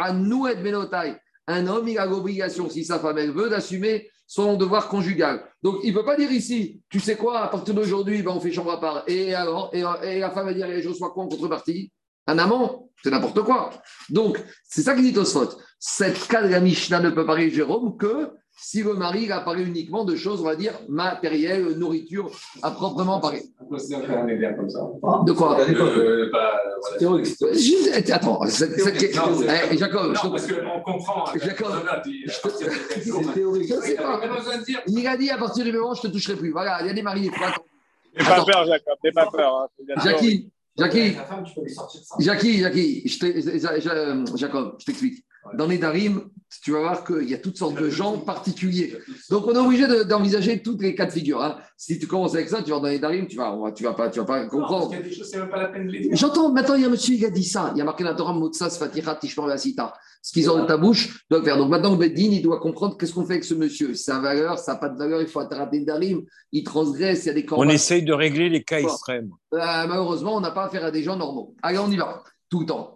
un homme, il a l'obligation, si sa femme elle veut, d'assumer son devoir conjugal. Donc, il ne peut pas dire ici, tu sais quoi, à partir d'aujourd'hui, ben, on fait chambre à part. Et alors, et, et la femme va dire, je reçois quoi en contrepartie? Un amant, c'est n'importe quoi. Donc, c'est ça qu'il dit Tosfot. Cette cas de la Mishnah ne peut parler, Jérôme, que si le mari a parlé uniquement de choses, on va dire, matérielles, nourriture, à proprement parler. On peut se faire un éder comme ça. De quoi euh, bah, voilà. Juste, attends, c'est, c'est, non, c'est, eh, Jacob, non, je parce qu'on comprend. Jacob, C'est théorique. Je sais pas. Il a dit à partir du moment où je ne te toucherai plus. Voilà, il y a des maris. N'aie pas peur, Jacob, n'aie pas peur. Hein. Jackie, Jackie, Jackie, Jackie, je je, Jacob, je t'explique. Dans les Darim, tu vas voir qu'il y a toutes sortes de gens particuliers. Donc, on est obligé de, d'envisager toutes les cas de figure. Hein. Si tu commences avec ça, tu vas dans les Darim, tu vas, tu vas pas, tu vas pas comprendre. Non, il y a des choses, c'est même pas la peine de les dire. J'entends, maintenant, il y a un monsieur qui a dit ça. Il y a marqué dans la Torah, Motsas, Fatiha, Tishmor, Vasita. Ce qu'ils ont dans ta bouche, doit faire. Donc, maintenant, Beddin, il doit comprendre qu'est-ce qu'on fait avec ce monsieur. Sa valeur, ça n'a pas de valeur, il faut attraper des Darim. Il transgresse, il y a des corps. On essaye de régler les cas extrêmes. Euh, malheureusement, on n'a pas affaire à des gens normaux. Allez, on y va. Tout le temps.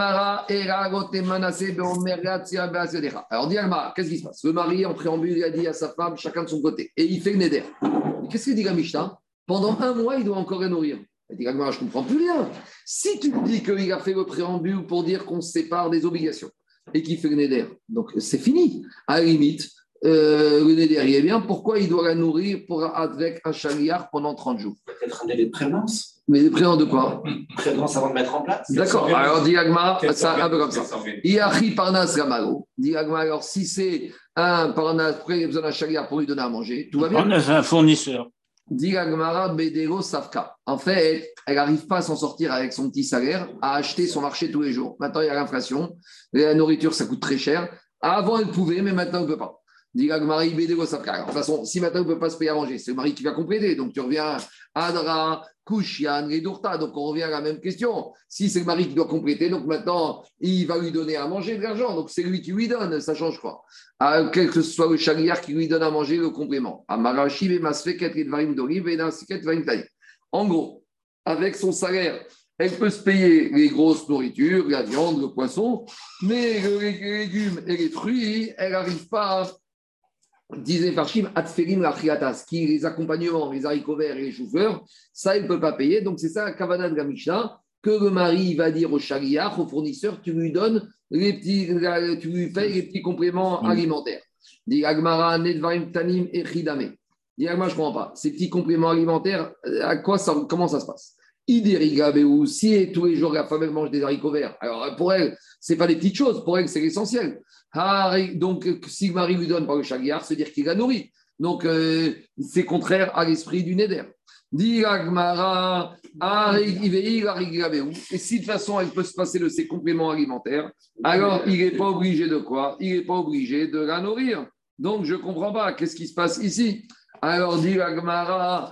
Alors, dis Agmara, qu'est-ce qui se passe? Le mari, en préambule, il a dit à sa femme, chacun de son côté. Et il fait le néder. Mais qu'est-ce qu'il dit la Mishnah? Pendant un mois, il doit encore les nourrir. Il dit Agmara, je ne comprends plus rien. Si tu me dis qu'il a fait le préambule pour dire qu'on se sépare des obligations et qu'il fait le néder, donc c'est fini. À la limite, euh, le néder, il est bien. Pourquoi il doit la nourrir pour, avec un chaliard pendant trente jours? Peut-être un délai de prévenance. Mais les prévenants de quoi? Prévenance avant de mettre en place. D'accord. Alors, dit Agma, c'est un peu comme ça. Iachi Parnas Gamalo. Dit Agma, alors si c'est un Parnas, pourquoi il a besoin d'un chaliard pour lui donner à manger? Tout va bien? Parnas, un fournisseur. Dit Agmara Bedero Safka. En fait, elle n'arrive pas à s'en sortir avec son petit salaire, à acheter son marché tous les jours. Maintenant, il y a l'inflation. La nourriture, ça coûte très cher. Avant, elle pouvait, mais maintenant, elle ne peut pas. Dit Agmara Bedero Safka. De toute façon, si maintenant, elle ne peut pas se payer à manger, c'est le mari qui va compléter. Donc, tu reviens à Adra. Kushian et Dourta, donc on revient à la même question. Si c'est le mari qui doit compléter, donc maintenant il va lui donner à manger de l'argent, donc c'est lui qui lui donne, ça change quoi? À, quel que soit le chaliard qui lui donne à manger le complément. En gros, avec son salaire, elle peut se payer les grosses nourritures, la viande, le poisson, mais les légumes et les fruits, elle n'arrive pas à. Disait Farshim, Atferim la Chiatas, qui les accompagnements, les haricots verts et les choux-fleurs, ça, il ne peut pas payer. Donc, c'est ça la Kavana de la Mishnah, que le mari va dire au chariach, au fournisseur, tu lui donnes les petits, tu lui payes les petits compléments mmh. alimentaires. Dit Agmara, Nedvarim Tanim et Chidame. Dit Agmara, je ne comprends pas. Ces petits compléments alimentaires, à quoi ça, comment ça se passe? Idérigabéou, si tous les jours la femme elle mange des haricots verts, alors pour elle, ce n'est pas des petites choses, pour elle, c'est l'essentiel. Donc, si le mari lui donne par le chaliard, c'est-à-dire qu'il la nourrit. Donc, euh, c'est contraire à l'esprit du Neder. Dit Agmara, et si de toute façon elle peut se passer de ses compléments alimentaires, alors il n'est pas obligé de quoi? Il n'est pas obligé de la nourrir. Donc, je ne comprends pas. Qu'est-ce qui se passe ici? Alors, dit Agmara,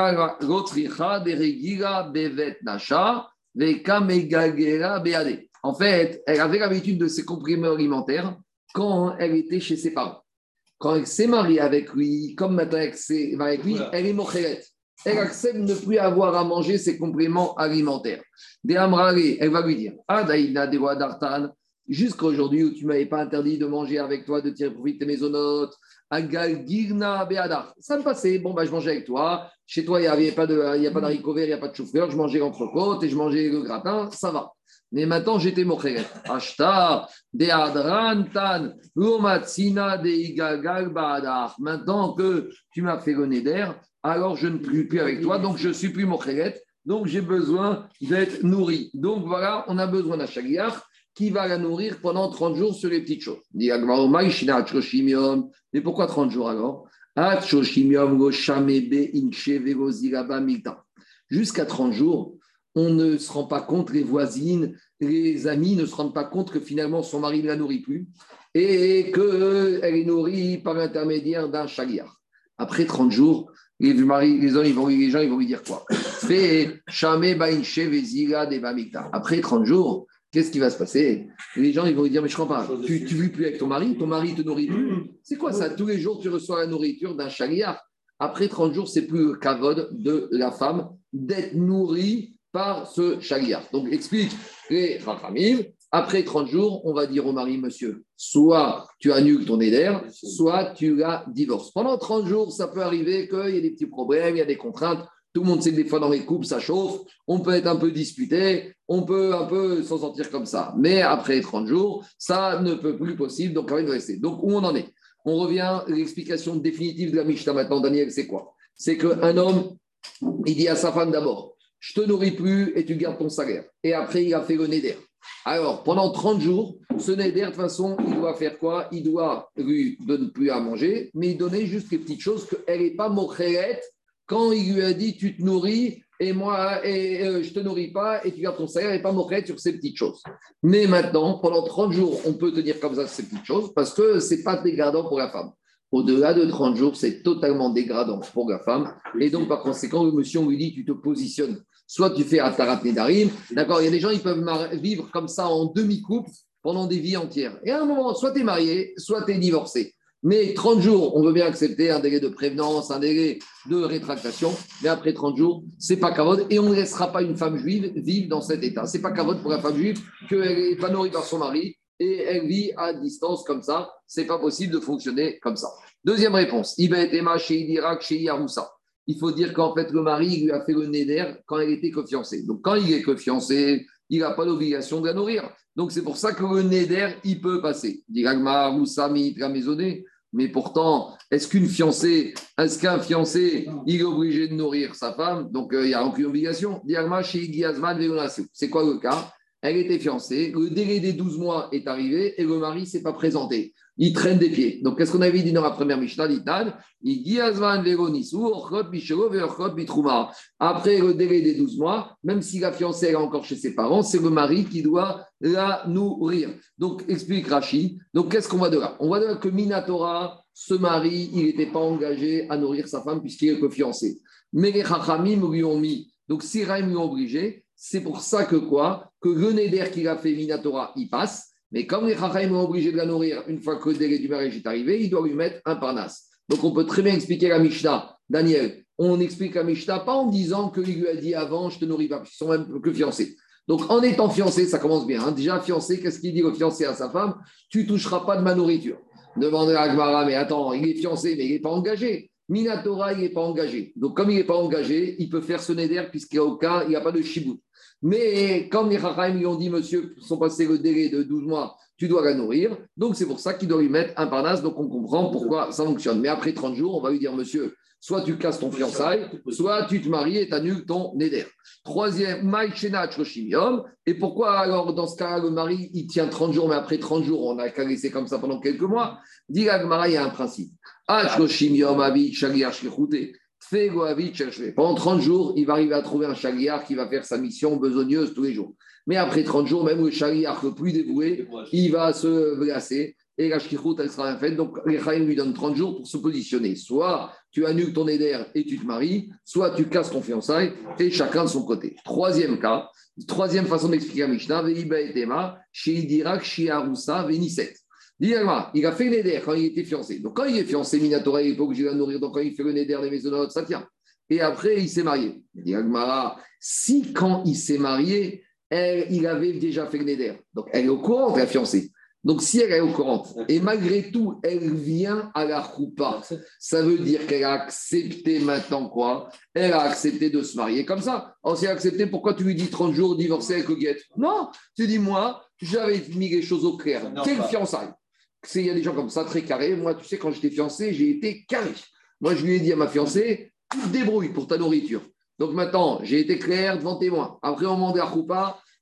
en fait, elle avait l'habitude de ses compléments alimentaires quand elle était chez ses parents. Quand elle s'est mariée avec lui, comme maintenant elle s'est mariée avec lui, voilà. Elle est mocheret. Elle accepte de ne plus avoir à manger ses compléments alimentaires. Des amrali, elle va lui dire Adaïna de Wadartan, jusqu'à aujourd'hui où tu ne m'avais pas interdit de manger avec toi, de tirer profit de tes maisonnotes. Agal Girna Beadar. Ça me passait. Bon, bah, je mangeais avec toi. Chez toi, il n'y avait pas de, il y a pas d'haricots verts, il n'y a pas de chou-fleur. Je mangeais l'entrecôte et je mangeais le gratin. Ça va. Mais maintenant, j'étais mocheret. Ashta, Deadrantan, Lomatsina, Deigagal Baadar. Maintenant que tu m'as fait le neder, alors je ne suis plus avec toi. Donc, je ne suis plus mocheret. Donc, j'ai besoin d'être nourri. Donc, voilà, on a besoin d'un chaliar. qui va la nourrir pendant trente jours sur les petites choses. Mais pourquoi trente jours alors? Jusqu'à trente jours, on ne se rend pas compte, les voisines, les amis ne se rendent pas compte que finalement son mari ne la nourrit plus et qu'elle est nourrie par l'intermédiaire d'un chagriar. Après trente jours, les, maris, les, gens, ils vont, les gens ils vont lui dire quoi? Après trente jours, qu'est-ce qui va se passer? Les gens ils vont lui dire, mais je ne comprends pas, tu ne vis plus avec ton mari, ton mari ne te nourrit plus. C'est quoi ça? Tous les jours, tu reçois la nourriture d'un chagriar. Après trente jours, c'est plus le kavod de la femme d'être nourrie par ce chagriar. Donc, explique les rachamim. Après trente jours, on va dire au mari, monsieur, soit tu annules ton éder, soit tu la divorces. Pendant trente jours, ça peut arriver qu'il y ait des petits problèmes, il y a des contraintes. Tout le monde sait que des fois dans les couples, ça chauffe. On peut être un peu disputé, on peut un peu s'en sortir comme ça. Mais après trente jours, ça ne peut plus possible, donc quand même rester. Donc, où on en est? On revient, l'explication définitive de la Mishnah maintenant, Daniel, c'est quoi? C'est qu'un homme, il dit à sa femme d'abord, je te nourris plus et tu gardes ton salaire. Et après, il a fait le néder. Alors, pendant trente jours, ce néder, de toute façon, il doit faire quoi? Il doit lui donner plus à manger, mais il donnait juste les petites choses qu'elle n'est pas mochrette quand il lui a dit tu te nourris et moi et, euh, je ne te nourris pas et tu gardes ton salaire, elle n'est pas mochrette sur ces petites choses. Mais maintenant, pendant trente jours, on peut tenir comme ça ces petites choses parce que ce n'est pas dégradant pour la femme. Au-delà de trente jours, c'est totalement dégradant pour la femme. Et donc, par conséquent, le monsieur, on lui dit tu te positionnes. Soit tu fais Atarat Nedarim, d'accord, il y a des gens, ils peuvent vivre comme ça en demi-couple pendant des vies entières. Et à un moment, soit tu es marié, soit tu es divorcé. Mais trente jours, on veut bien accepter un délai de prévenance, un délai de rétractation. Mais après trente jours, ce n'est pas kavod. Et on ne laissera pas une femme juive vivre dans cet état. Ce n'est pas kavod pour la femme juive qu'elle n'est pas nourrie par son mari et elle vit à distance comme ça. Ce n'est pas possible de fonctionner comme ça. Deuxième réponse. Il faut dire qu'en fait, le mari il lui a fait le néder quand elle était que fiancée. Donc, quand il est que fiancé, il n'a pas l'obligation de la nourrir. Donc, c'est pour ça que le néder, il peut passer. Mais pourtant, est-ce qu'une fiancée, est-ce qu'un fiancé, il est obligé de nourrir sa femme? Donc, euh, il n'y a aucune obligation. C'est quoi le cas? Elle était fiancée, le délai des douze mois est arrivé et le mari ne s'est pas présenté. Il traîne des pieds. Donc, qu'est-ce qu'on avait dit dans la première Mishnah? Après le délai des douze mois, même si la fiancée est encore chez ses parents, c'est le mari qui doit la nourrir. Donc, explique Rashi. Donc, qu'est-ce qu'on voit de là? On voit de là que Minatora, ce mari, il n'était pas engagé à nourrir sa femme puisqu'il est que fiancé. Mais les Chachamim lui ont mis. Donc, si Raïm lui ont obligé, c'est pour ça que quoi? Que le néder qu'il a fait Minatora, il passe. Mais comme les Chachamim ont obligé de la nourrir une fois que le délai du mariage est arrivé, il doit lui mettre un parnasse. Donc on peut très bien expliquer la Mishnah. Daniel, on explique la Mishnah pas en disant qu'il lui a dit avant, je te nourris pas, parce qu'ils sont même que fiancés. Donc en étant fiancé, ça commence bien. Hein. Déjà fiancé, qu'est-ce qu'il dit au fiancé à sa femme? Tu ne toucheras pas de ma nourriture. Demandez à Agmara, mais attends, il est fiancé, mais il n'est pas engagé. Minatora, il n'est pas engagé. Donc comme il n'est pas engagé, il peut faire ce néder puisqu'il n'y a aucun, il n'y a pas de shibout. Mais comme les Chachamim lui ont dit, monsieur, sont passés le délai de douze mois, tu dois la nourrir. Donc, c'est pour ça qu'il doit lui mettre un parnasse. Donc, on comprend pourquoi ça fonctionne. Mais après trente jours, on va lui dire, monsieur, soit tu casses ton fiançailles, soit tu te maries et tu annules ton néder. Troisième, Maïchena Choshimium. Et pourquoi alors, dans ce cas-là, le mari, il tient trente jours, mais après trente jours, on a qu'à laisser comme ça pendant quelques mois? Dit l'Agmara, il y a un principe. Choshimium, Abi, Shagir, Shkirhoute. Pendant trente jours, il va arriver à trouver un chagriar qui va faire sa mission besogneuse tous les jours. Mais après trente jours, même le chagriar le plus dévoué, il va se glacer et la shkichout, elle sera faite. Donc, les Chaim lui donnent trente jours pour se positionner. Soit tu annules ton éder et tu te maries, soit tu casses ton fiançailles et chacun de son côté. Troisième cas, troisième façon d'expliquer la Mishnah, Veiba etema, Sheidirak, Shiarusa, Veniset. Il a fait le néder quand il était fiancé. Donc, quand il est fiancé, Minatora, il n'est pas obligé de la nourrir. Donc, quand il fait le néder des maisonnotes, ça tient. Et après, il s'est marié. Il dit Agmara, si quand il s'est marié, elle, il avait déjà fait le néder. Donc, elle est au courant de la fiancée. Donc, si elle est au courant, et malgré tout, elle vient à la choupa, ça veut dire qu'elle a accepté maintenant quoi? Elle a accepté de se marier comme ça. Alors, si elle a accepté, pourquoi tu lui dis trente jours divorcé avec le guette? Non, tu dis, moi, j'avais mis les choses au clair. Quelle fiançailles? Il y a des gens comme ça, très carrés. Moi, tu sais, quand j'étais fiancé, j'ai été carré. Moi, je lui ai dit à ma fiancée, tu te débrouilles pour ta nourriture. Donc maintenant, j'ai été clair devant témoin. Après, on m'a demandé à Khoupa,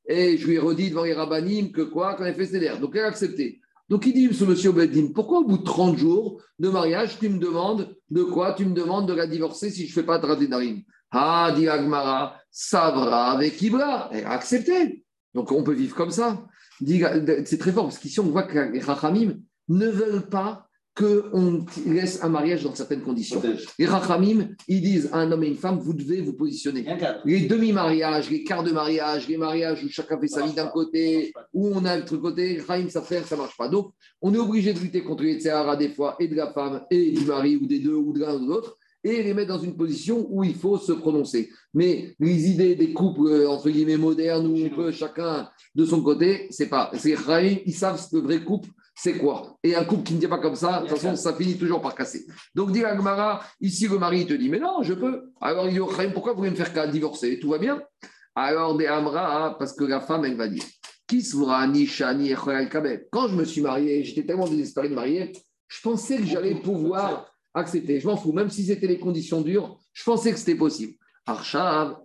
et je lui ai redit devant les rabbinim que quoi, qu'on avait fait Seder. Donc elle a accepté. Donc il dit, ce monsieur Beddin, pourquoi au bout de trente jours de mariage, tu me demandes de quoi? Tu me demandes de la divorcer si je ne fais pas Tarat Nedarim. Ah, dit Agmara, Savra avec Ibra. Elle a accepté. Donc on peut vivre comme ça. C'est très fort, parce qu'ici on voit que les Rachamim ne veulent pas qu'on laisse un mariage dans certaines conditions. Les Rachamim, ils disent à un homme et une femme, vous devez vous positionner. Les demi-mariages, les quarts de mariage, les mariages où chacun fait sa vie d'un côté, où on a l'autre côté, les Rachamim, ça fait, ça ne marche pas. Donc, on est obligé de lutter contre les Tséhara des fois, et de la femme, et du mari, ou des deux, ou de l'un ou de l'autre, et les mettre dans une position où il faut se prononcer. Mais les idées des couples, entre guillemets, modernes, où on peut chacun de son côté, c'est pas. C'est les Rachamim, ils savent ce que le vrai couple, c'est quoi? Et un couple qui ne tient pas comme ça, de toute façon, ça finit toujours par casser. Donc, dit Agmara, ici, le mari te dit, mais non, je peux. Alors, il dit, pourquoi vous voulez me faire qu'à divorcer? Tout va bien? Alors, des Amra, parce que la femme, elle va dire, quand je me suis marié, j'étais tellement désespéré de marier, je pensais que j'allais pouvoir accepter. Je m'en fous, même si c'était les conditions dures, je pensais que c'était possible. Maintenant,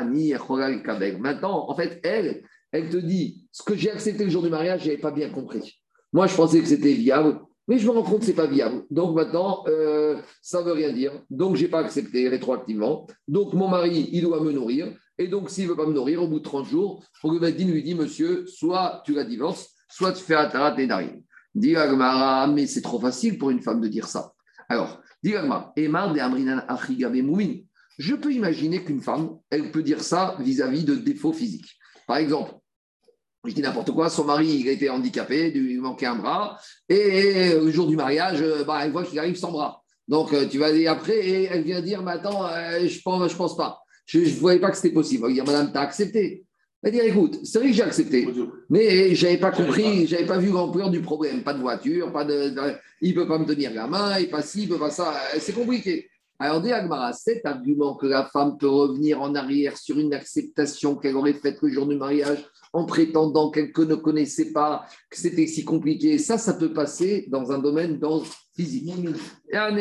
en fait, elle, elle te dit, ce que j'ai accepté le jour du mariage, je n'avais pas bien compris. Moi, je pensais que c'était viable, mais je me rends compte que ce n'est pas viable. Donc maintenant, euh, ça ne veut rien dire. Donc, je n'ai pas accepté rétroactivement. Donc, mon mari, il doit me nourrir. Et donc, s'il ne veut pas me nourrir, au bout de trente jours, le Beddin lui dit, monsieur, soit tu la divorces, soit tu fais Atarat Nedarim. Dit Agmara, mais c'est trop facile pour une femme de dire ça. Alors, dit Agmara, Emar de Amrinan Achigabe Moumin. Je peux imaginer qu'une femme, elle peut dire ça vis-à-vis de défauts physiques. Par exemple, je dis n'importe quoi, son mari il a été handicapé, il lui manquait un bras, et le jour du mariage, bah, elle voit qu'il arrive sans bras. Donc tu vas dire après, et elle vient dire, mais attends, euh, je pense, je pense pas. Je ne voyais pas que c'était possible. Elle va dire, madame, tu as accepté. Elle va dire, écoute, c'est vrai que j'ai accepté, mais je n'avais pas compris, je n'avais pas vu l'ampleur du problème. Pas de voiture, pas de, de il ne peut pas me tenir la main, il ne peut pas ci, il ne peut pas ça. C'est compliqué. Alors, dit Agmara, cet argument que la femme peut revenir en arrière sur une acceptation qu'elle aurait faite le jour du mariage, en prétendant qu'elle ne connaissait pas, que c'était si compliqué. Ça, ça peut passer dans un domaine dans physique. Et en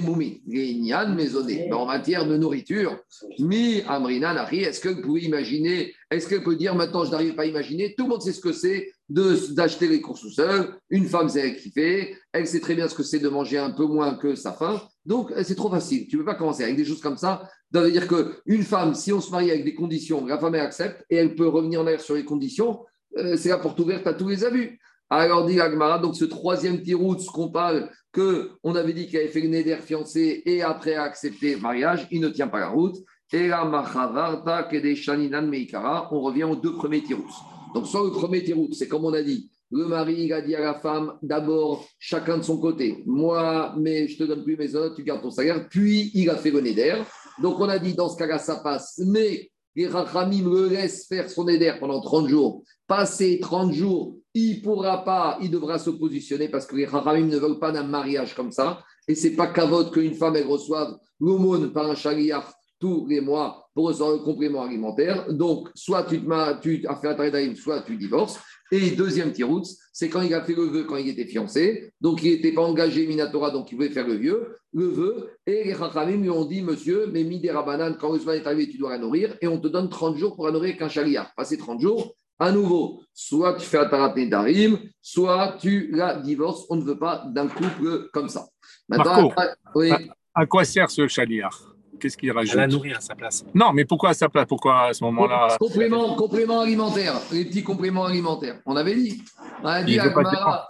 matière de nourriture, mi amrina nari, est-ce que vous pouvez imaginer, est-ce qu'elle peut dire maintenant je n'arrive pas à imaginer, tout le monde sait ce que c'est de, d'acheter les courses tout seul, une femme c'est elle qui fait, elle sait très bien ce que c'est de manger un peu moins que sa faim, donc c'est trop facile, tu ne peux pas commencer avec des choses comme ça. Ça veut dire qu'une femme, si on se marie avec des conditions, la femme elle accepte et elle peut revenir en arrière sur les conditions, euh, c'est la porte ouverte à tous les abus. Alors dit Agmara, donc ce troisième tirout, ce qu'on parle, qu'on avait dit qu'il avait fait le neder fiancé et après a accepté le mariage, il ne tient pas la route. Et la machavarta kedeshaninan meikara, on revient aux deux premiers tirouts. Donc sur le premier tirout, c'est comme on a dit, le mari il a dit à la femme, d'abord chacun de son côté, moi, mais je te donne plus mes notes, tu gardes ton salaire, puis il a fait le neder. Donc on a dit dans ce cas-là, ça passe, mais les Rachamim le laissent faire son éder pendant trente jours. Passé trente jours, il ne pourra pas, il devra se positionner parce que les Rachamim ne veulent pas d'un mariage comme ça. Et ce n'est pas kavod qu'une femme elle reçoive l'aumône par un shaliach tous les mois pour recevoir le complément alimentaire. Donc, soit tu, te, tu as fait un taïdaïm, soit tu divorces. Et deuxième tirout, c'est quand il a fait le vœu, quand il était fiancé. Donc, il n'était pas engagé Minatora, donc il voulait faire le vieux, le vœu. Et les Chachamim lui ont dit, monsieur, mais Midé Rabanan, quand le est arrivé, tu dois la nourrir. Et on te donne trente jours pour la nourrir avec un shaliach. Passé trente jours, à nouveau, soit tu fais un tarat nedarim, soit tu la divorces. On ne veut pas d'un couple comme ça. Maintenant, Marco, à, oui. à, à quoi sert ce shaliach? Qu'est-ce qu'il rajoute? À la nourrir à sa place. Non, mais pourquoi à sa place? Pourquoi à ce moment-là? Complément, complément alimentaire, les petits compléments alimentaires. On avait dit. On avait dit à Gmara,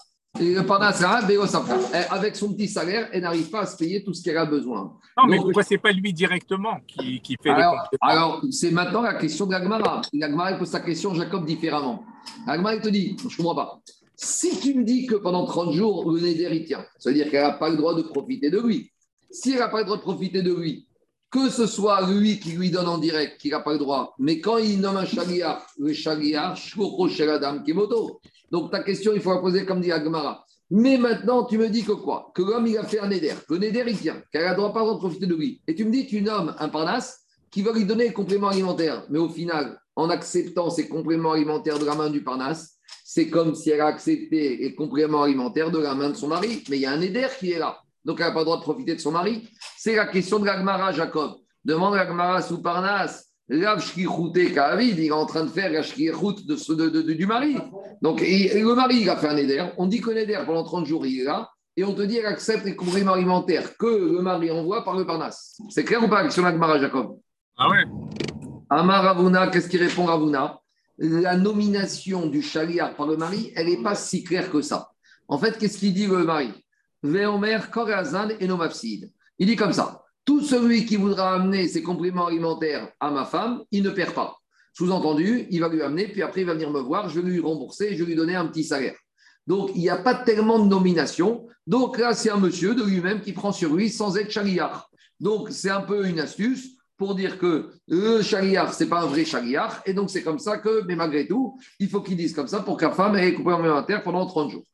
avec son petit salaire, elle n'arrive pas à se payer tout ce qu'elle a besoin. Non, mais Donc, pourquoi ce n'est pas lui directement qui, qui fait alors, les compléments? Alors, c'est maintenant la question de l'Agmara. L'Agmara pose sa question, Jacob, différemment. L'Agmara te dit, je ne comprends pas. Si tu me dis que pendant trente jours, le Néder, il tient, ça veut dire qu'elle n'a pas le droit de profiter de lui. Si elle n'a pas le droit de profiter de lui, que ce soit lui qui lui donne en direct, qui n'a pas le droit, mais quand il nomme un shaliach, le shaliach, shkoko sheladam kemoto. Donc ta question, il faut la poser comme dit Agmara. Mais maintenant, tu me dis que quoi? Que l'homme, il a fait un néder, que le néder, il tient, qu'elle n'a droit pas de profiter de lui. Et tu me dis, tu nommes un parnasse qui va lui donner les compléments alimentaires. Mais au final, en acceptant ces compléments alimentaires de la main du parnasse, c'est comme si elle a accepté les compléments alimentaires de la main de son mari. Mais il y a un néder qui est là. Donc, elle n'a pas le droit de profiter de son mari. C'est la question de l'Agmara, Jacob. Demande à l'Agmara sous Parnasse. Rav Shkichoute Kavid, il est en train de faire la Shkichout de, de, de, de, du mari. Donc, et, et le mari, il a fait un éder. On dit que l'éder, pendant trente jours, il est là. Et on te dit qu'elle accepte les compléments alimentaires que le mari envoie par le Parnasse. C'est clair ou pas, sur l'Agmara, Jacob? Ah ouais. Amar Ravuna, qu'est-ce qu'il répond Ravuna? La nomination du chaliar par le mari, elle n'est pas si claire que ça. En fait, qu'est-ce qu'il dit le mari? Veomer Korazan et Nomapsid. Il dit comme ça. Tout celui qui voudra amener ses compléments alimentaires à ma femme, il ne perd pas. Sous-entendu, il va lui amener, puis après il va venir me voir, je vais lui rembourser, je vais lui donner un petit salaire. Donc, il n'y a pas tellement de nomination. Donc là, c'est un monsieur de lui-même qui prend sur lui sans être chaliar. Donc, c'est un peu une astuce pour dire que le chaliar, ce n'est pas un vrai chaliar. Et donc, c'est comme ça que, mais malgré tout, il faut qu'ils disent comme ça pour que la femme ait coupé en alimentaire pendant trente jours.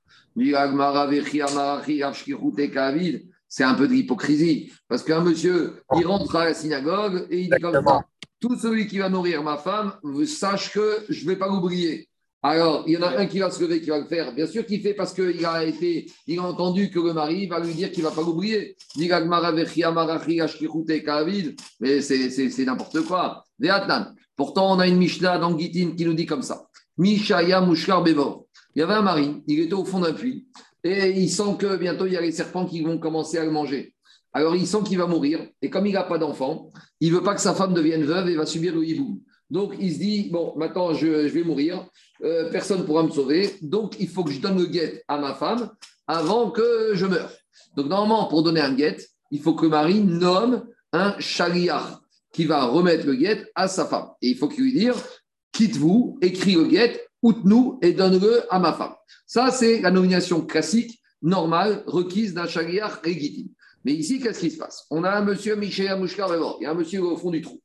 C'est un peu de l'hypocrisie. Parce qu'un monsieur, il rentre à la synagogue et il dit comme ça, tout celui qui va nourrir ma femme, sache que je ne vais pas l'oublier. Alors, il y en a un qui va se lever, qui va le faire. Bien sûr qu'il fait parce qu'il a été, il a entendu que le mari va lui dire qu'il ne va pas l'oublier. Mais c'est, c'est, c'est n'importe quoi. Pourtant, on a une Mishnah dans Gittin qui nous dit comme ça. Mishaya Mushkar Bevor. Il y avait un mari, il était au fond d'un puits. Et il sent que bientôt, il y a les serpents qui vont commencer à le manger. Alors, il sent qu'il va mourir. Et comme il n'a pas d'enfant, il ne veut pas que sa femme devienne veuve et va subir le hibou. Donc, il se dit, bon, maintenant, je, je vais mourir. Euh, personne ne pourra me sauver. Donc, il faut que je donne le guet à ma femme avant que je meure. Donc, normalement, pour donner un guet, il faut que le mari nomme un chaliar qui va remettre le guet à sa femme. Et il faut qu'il lui dise, quitte-vous, écris le guet, outne-nous et donne-le à ma femme. Ça, c'est la nomination classique, normale, requise d'un chaliar légitime. Mais ici, qu'est-ce qui se passe? On a un monsieur, Michel Mouchkar, il y a un monsieur au fond du trou.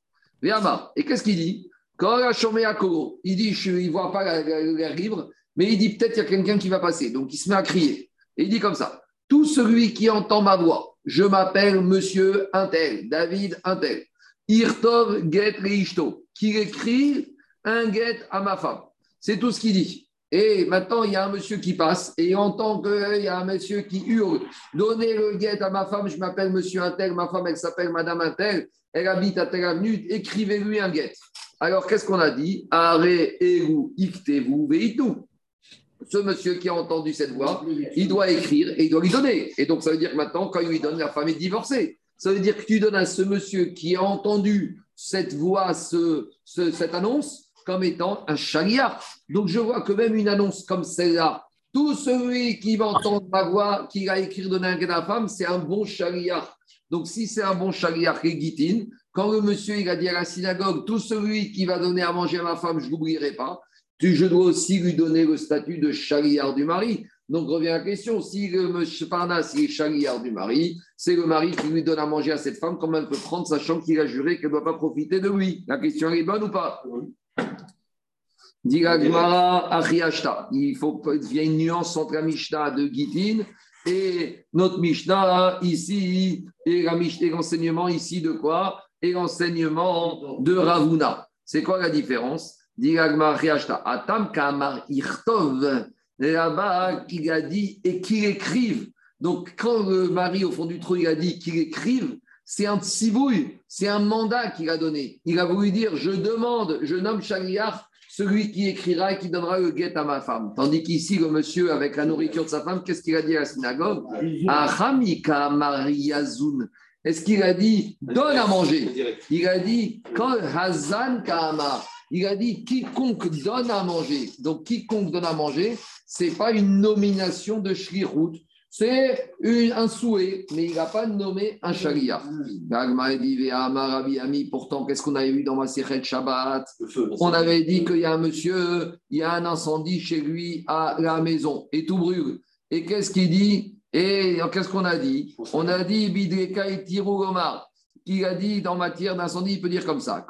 Et qu'est-ce qu'il dit? Quand la chômée à Kogo, il dit, je, il ne voit pas l'air libre, mais il dit peut-être qu'il y a quelqu'un qui va passer. Donc il se met à crier. Et il dit comme ça, tout celui qui entend ma voix, je m'appelle monsieur Intel, David Intel, Irtov Get Reishto, qui écrit un guet à ma femme. C'est tout ce qu'il dit. Et maintenant, il y a un monsieur qui passe et il entend qu'il y a un monsieur qui hurle, donnez le guet à ma femme, je m'appelle monsieur Intel, ma femme, elle s'appelle madame Intel, elle habite à telle avenue, écrivez-lui un guet. Alors, qu'est-ce qu'on a dit? Are eru iktevu veitu. Ce monsieur qui a entendu cette voix, il doit écrire et il doit lui donner. Et donc, ça veut dire que maintenant, quand il lui donne, la femme est divorcée. Ça veut dire que tu donnes à ce monsieur qui a entendu cette voix, ce, ce, cette annonce, comme étant un chaliar. Donc, je vois que même une annonce comme celle-là, tout celui qui va entendre ma voix, qui va écrire donner un guet à la femme, c'est un bon chaliar. Donc, si c'est un bon chaliar légitime, quand le monsieur il a dit à la synagogue, tout celui qui va donner à manger à ma femme, je ne l'oublierai pas, je dois aussi lui donner le statut de chaliar du mari. Donc revient la question, si le monsieur Parnasse est chaliar du mari, c'est le mari qui lui donne à manger à cette femme, comment elle peut prendre, sachant qu'il a juré qu'elle ne doit pas profiter de lui. La question est bonne ou pas? Dit la Gemara Achiashta. Il faut il y a une nuance entre la Mishnah de Gittin et notre Mishnah ici, et la Mishnah, l'enseignement ici de quoi? Et l'enseignement de Ravuna. C'est quoi la différence? Atam Kamar Irtov. Là-bas, il a dit et qu'il écrive. Donc, quand le mari au fond du trou, il a dit qu'il écrive, c'est un tsibouille, c'est un mandat qu'il a donné. Il a voulu dire, je demande, je nomme chaliar, celui qui écrira et qui donnera le guet à ma femme. Tandis qu'ici, le monsieur, avec la nourriture de sa femme, qu'est-ce qu'il a dit à la synagogue? Ahamika Mariazoun. Est-ce qu'il a dit donne à manger? Il a dit Kol Hazan Kama. Il a dit quiconque donne à manger. Donc quiconque donne à manger, ce n'est pas une nomination de shlichut, c'est une, un souhait, mais il n'a pas nommé un chaliar. Pourtant, qu'est-ce qu'on avait vu dans ma Masechet Shabbat? On avait dit qu'il y a un monsieur, il y a un incendie chez lui à la maison et tout brûle. Et qu'est-ce qu'il dit? Et qu'est-ce qu'on a dit? On a dit Bidreka et Tirou Omar, qui a dit dans matière d'incendie, il peut dire comme ça.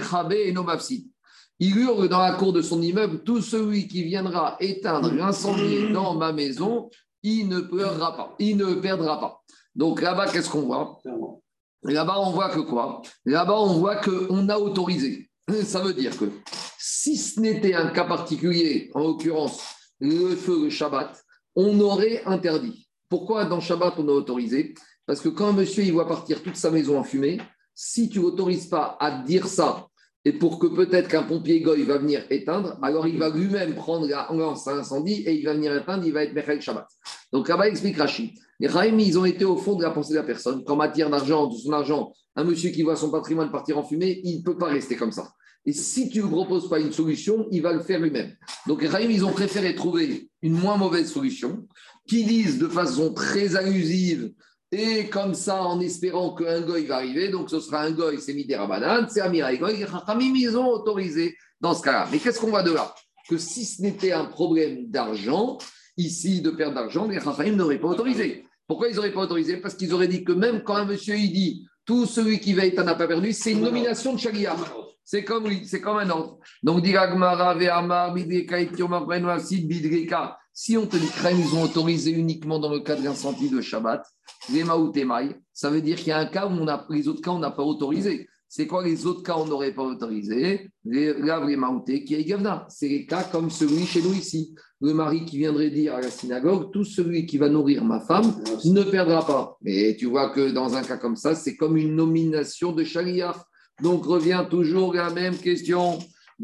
Il hurle dans la cour de son immeuble, tout celui qui viendra éteindre l'incendie dans ma maison, il ne pleurera pas, il ne perdra pas. Donc là-bas, qu'est-ce qu'on voit? Là-bas, on voit que quoi? Là-bas, on voit qu'on a autorisé. Ça veut dire que si ce n'était un cas particulier, en l'occurrence le feu, le Shabbat, on aurait interdit. Pourquoi dans Shabbat on a autorisé? Parce que quand un monsieur il voit partir toute sa maison en fumée, si tu n'autorises pas à dire ça et pour que peut-être qu'un pompier goy va venir éteindre, alors il va lui-même prendre la lance à incendie et il va venir éteindre, il va être Mechel Shabbat. Donc là-bas, explique Rashi. Les Chaim, ils ont été au fond de la pensée de la personne. Qu'en matière d'argent, de son argent, un monsieur qui voit son patrimoine partir en fumée, il ne peut pas rester comme ça. Et si tu ne lui proposes pas une solution, il va le faire lui-même. Donc les Chaim, ils ont préféré trouver une moins mauvaise solution, qui disent de façon très allusive, et comme ça, en espérant qu'un goy va arriver, donc ce sera un goy, c'est Midera Banane, c'est Amira Goy, les Chachamim, ils ont autorisé dans ce cas-là. Mais qu'est-ce qu'on voit de là? Que si ce n'était un problème d'argent, ici, de perte d'argent, les Chachamim n'auraient pas autorisé. Pourquoi ils n'auraient pas autorisé? Parce qu'ils auraient dit que même quand un monsieur, il dit, tout celui qui va être n'a pas perdu, c'est une nomination de Sharia. C'est comme, oui, c'est comme un ordre. Donc, dit Agmara, Ve'amar, Bidreka, Etiomar, Benoasid, Bidreka. Si on te dit que ils ont autorisé uniquement dans le cas de l'incendie de Shabbat, ça veut dire qu'il y a un cas où on a, les autres cas, on n'a pas autorisé. C'est quoi les autres cas où on n'aurait pas autorisé? C'est les cas comme celui chez nous ici. Le mari qui viendrait dire à la synagogue, tout celui qui va nourrir ma femme ne perdra pas. Mais tu vois que dans un cas comme ça, c'est comme une nomination de Sharia. Donc revient toujours la même question.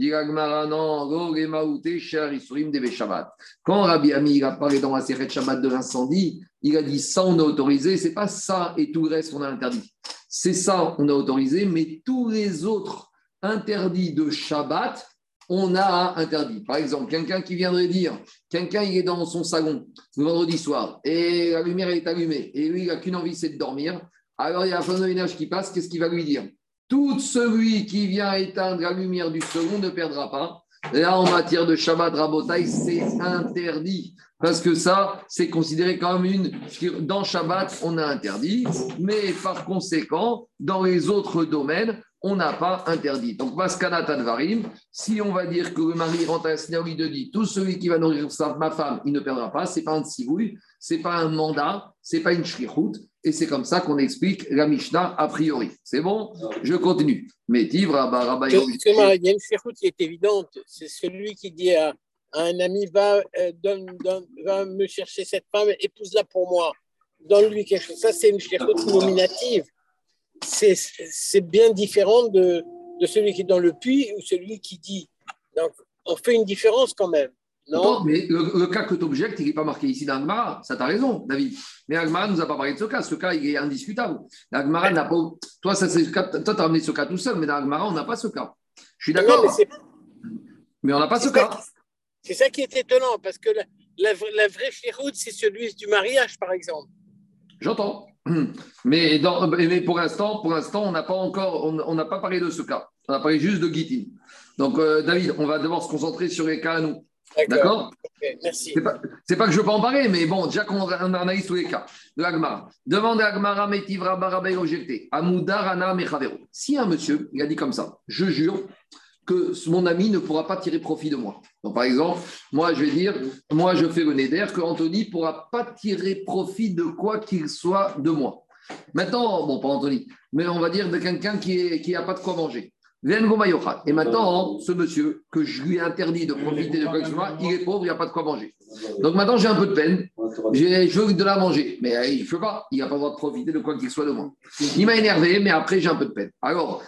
Quand Rabbi Ami il a parlé dans la Séchet Shabbat de l'incendie, il a dit ça on a autorisé, c'est pas ça et tout le reste on a interdit. C'est ça on a autorisé, mais tous les autres interdits de Shabbat, on a interdit. Par exemple, quelqu'un qui viendrait dire, quelqu'un il est dans son salon le vendredi soir et la lumière est allumée et lui il n'a qu'une envie c'est de dormir, alors il y a un femme de ménage qui passe, qu'est-ce qu'il va lui dire? Tout celui qui vient éteindre la lumière du second ne perdra pas. Là, en matière de Shabbat Rabotai, c'est interdit. Parce que ça, c'est considéré comme une... Dans Shabbat, on a interdit. Mais par conséquent, dans les autres domaines, on n'a pas interdit. Donc, Maskana Tadvarim, si on va dire que le mari rentre à la synagogue, il te dit, tout celui qui va nourrir ma femme, il ne perdra pas. Ce n'est pas un tsivouille, ce n'est pas un mandat, ce n'est pas une shlichut. Et c'est comme ça qu'on explique la Mishnah a priori. C'est bon? Je continue. Mais Tivra, Rabba, il y a une shlichut qui est évidente. C'est celui qui dit à, à un ami va, euh, donne, donne, va me chercher cette femme, épouse-la pour moi. Donne-lui quelque chose. Ça, c'est une shlichut nominative. C'est, c'est bien différent de, de celui qui est dans le puits ou celui qui dit. Donc, on fait une différence quand même. Non, non mais le, le cas que tu objectes, il n'est pas marqué ici dans l'Agmara. Ça, tu as raison, David. Mais l'Agmara ne nous a pas parlé de ce cas. Ce cas, il est indiscutable. L'Agmara n'a pas. Toi, ça, c'est... toi, tu as ramené ce cas tout seul, mais dans l'Agmara, on n'a pas ce cas. Je suis d'accord. Non, mais, mais on n'a pas ce cas. Qui... C'est ça qui est étonnant, parce que la, la, la vraie chéroute, c'est celui du mariage, par exemple. J'entends. Mais, dans, mais pour l'instant, pour l'instant, on n'a pas encore, on n'a pas parlé de ce cas. On a parlé juste de Gittin. Donc, euh, David, on va devoir se concentrer sur les cas à nous. D'accord, D'accord okay, merci. C'est pas, c'est pas que je veux pas en parler, mais bon, déjà qu'on analyse tous les cas. De l'Agmara. Demande à Agmara, Metivra, Barabé, objecté. Amoudar, Ana, Mechavero. Si un monsieur, il a dit comme ça, je jure que mon ami ne pourra pas tirer profit de moi. Donc, par exemple, moi, je vais dire, moi, je fais le néder que Anthony ne pourra pas tirer profit de quoi qu'il soit de moi. Maintenant, bon, pas Anthony, mais on va dire de quelqu'un qui n'a pas de quoi manger. Et maintenant, ce monsieur, que je lui ai interdit de profiter de quoi que ce soit, il est pauvre, il n'a pas de quoi manger. Donc maintenant, j'ai un peu de peine. J'ai, je veux de la manger. Mais il ne peut pas. Il n'a pas le droit de profiter de quoi qu'il soit de moi. Il m'a énervé, mais après, j'ai un peu de peine. Alors,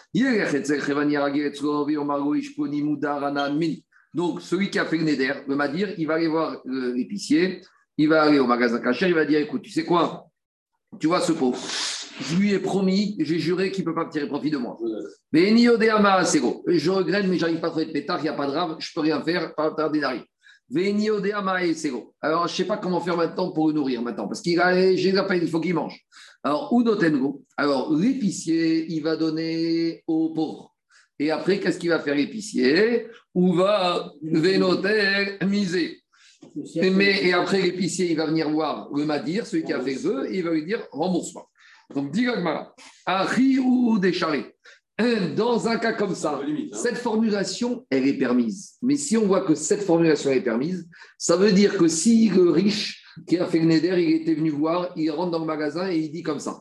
donc, celui qui a fait le néder, le madir, il va aller voir l'épicier, il va aller au magasin cachère, il va dire, écoute, tu sais quoi? Tu vois ce pauvre. Je lui ai promis, j'ai juré qu'il ne peut pas me tirer profit de moi. Mais Niodéama, c'est gros. Je regrette, mais j'arrive pas à trouver de pétard, il n'y a pas de rave, je ne peux rien faire, pas de dénari. Niodéama, c'est gros. Alors, je ne sais pas comment faire maintenant pour le nourrir maintenant, parce qu'il a, j'ai la peine, il faut qu'il mange. Alors, Unotengo, alors l'épicier, il va donner aux pauvres. Et après, qu'est-ce qu'il va faire l'épicier? Ou va vénoter, miser. Mais, et après, l'épicier, il va venir voir le madir, celui qui a fait le vœu, et il va lui dire rembourse-moi. Donc, dit Gagmara, Ari ou décharé. Dans un cas comme ça, cette formulation, elle est permise. Mais si on voit que cette formulation est permise, ça veut dire que si le riche qui a fait le néder, il était venu voir, il rentre dans le magasin et il dit comme ça.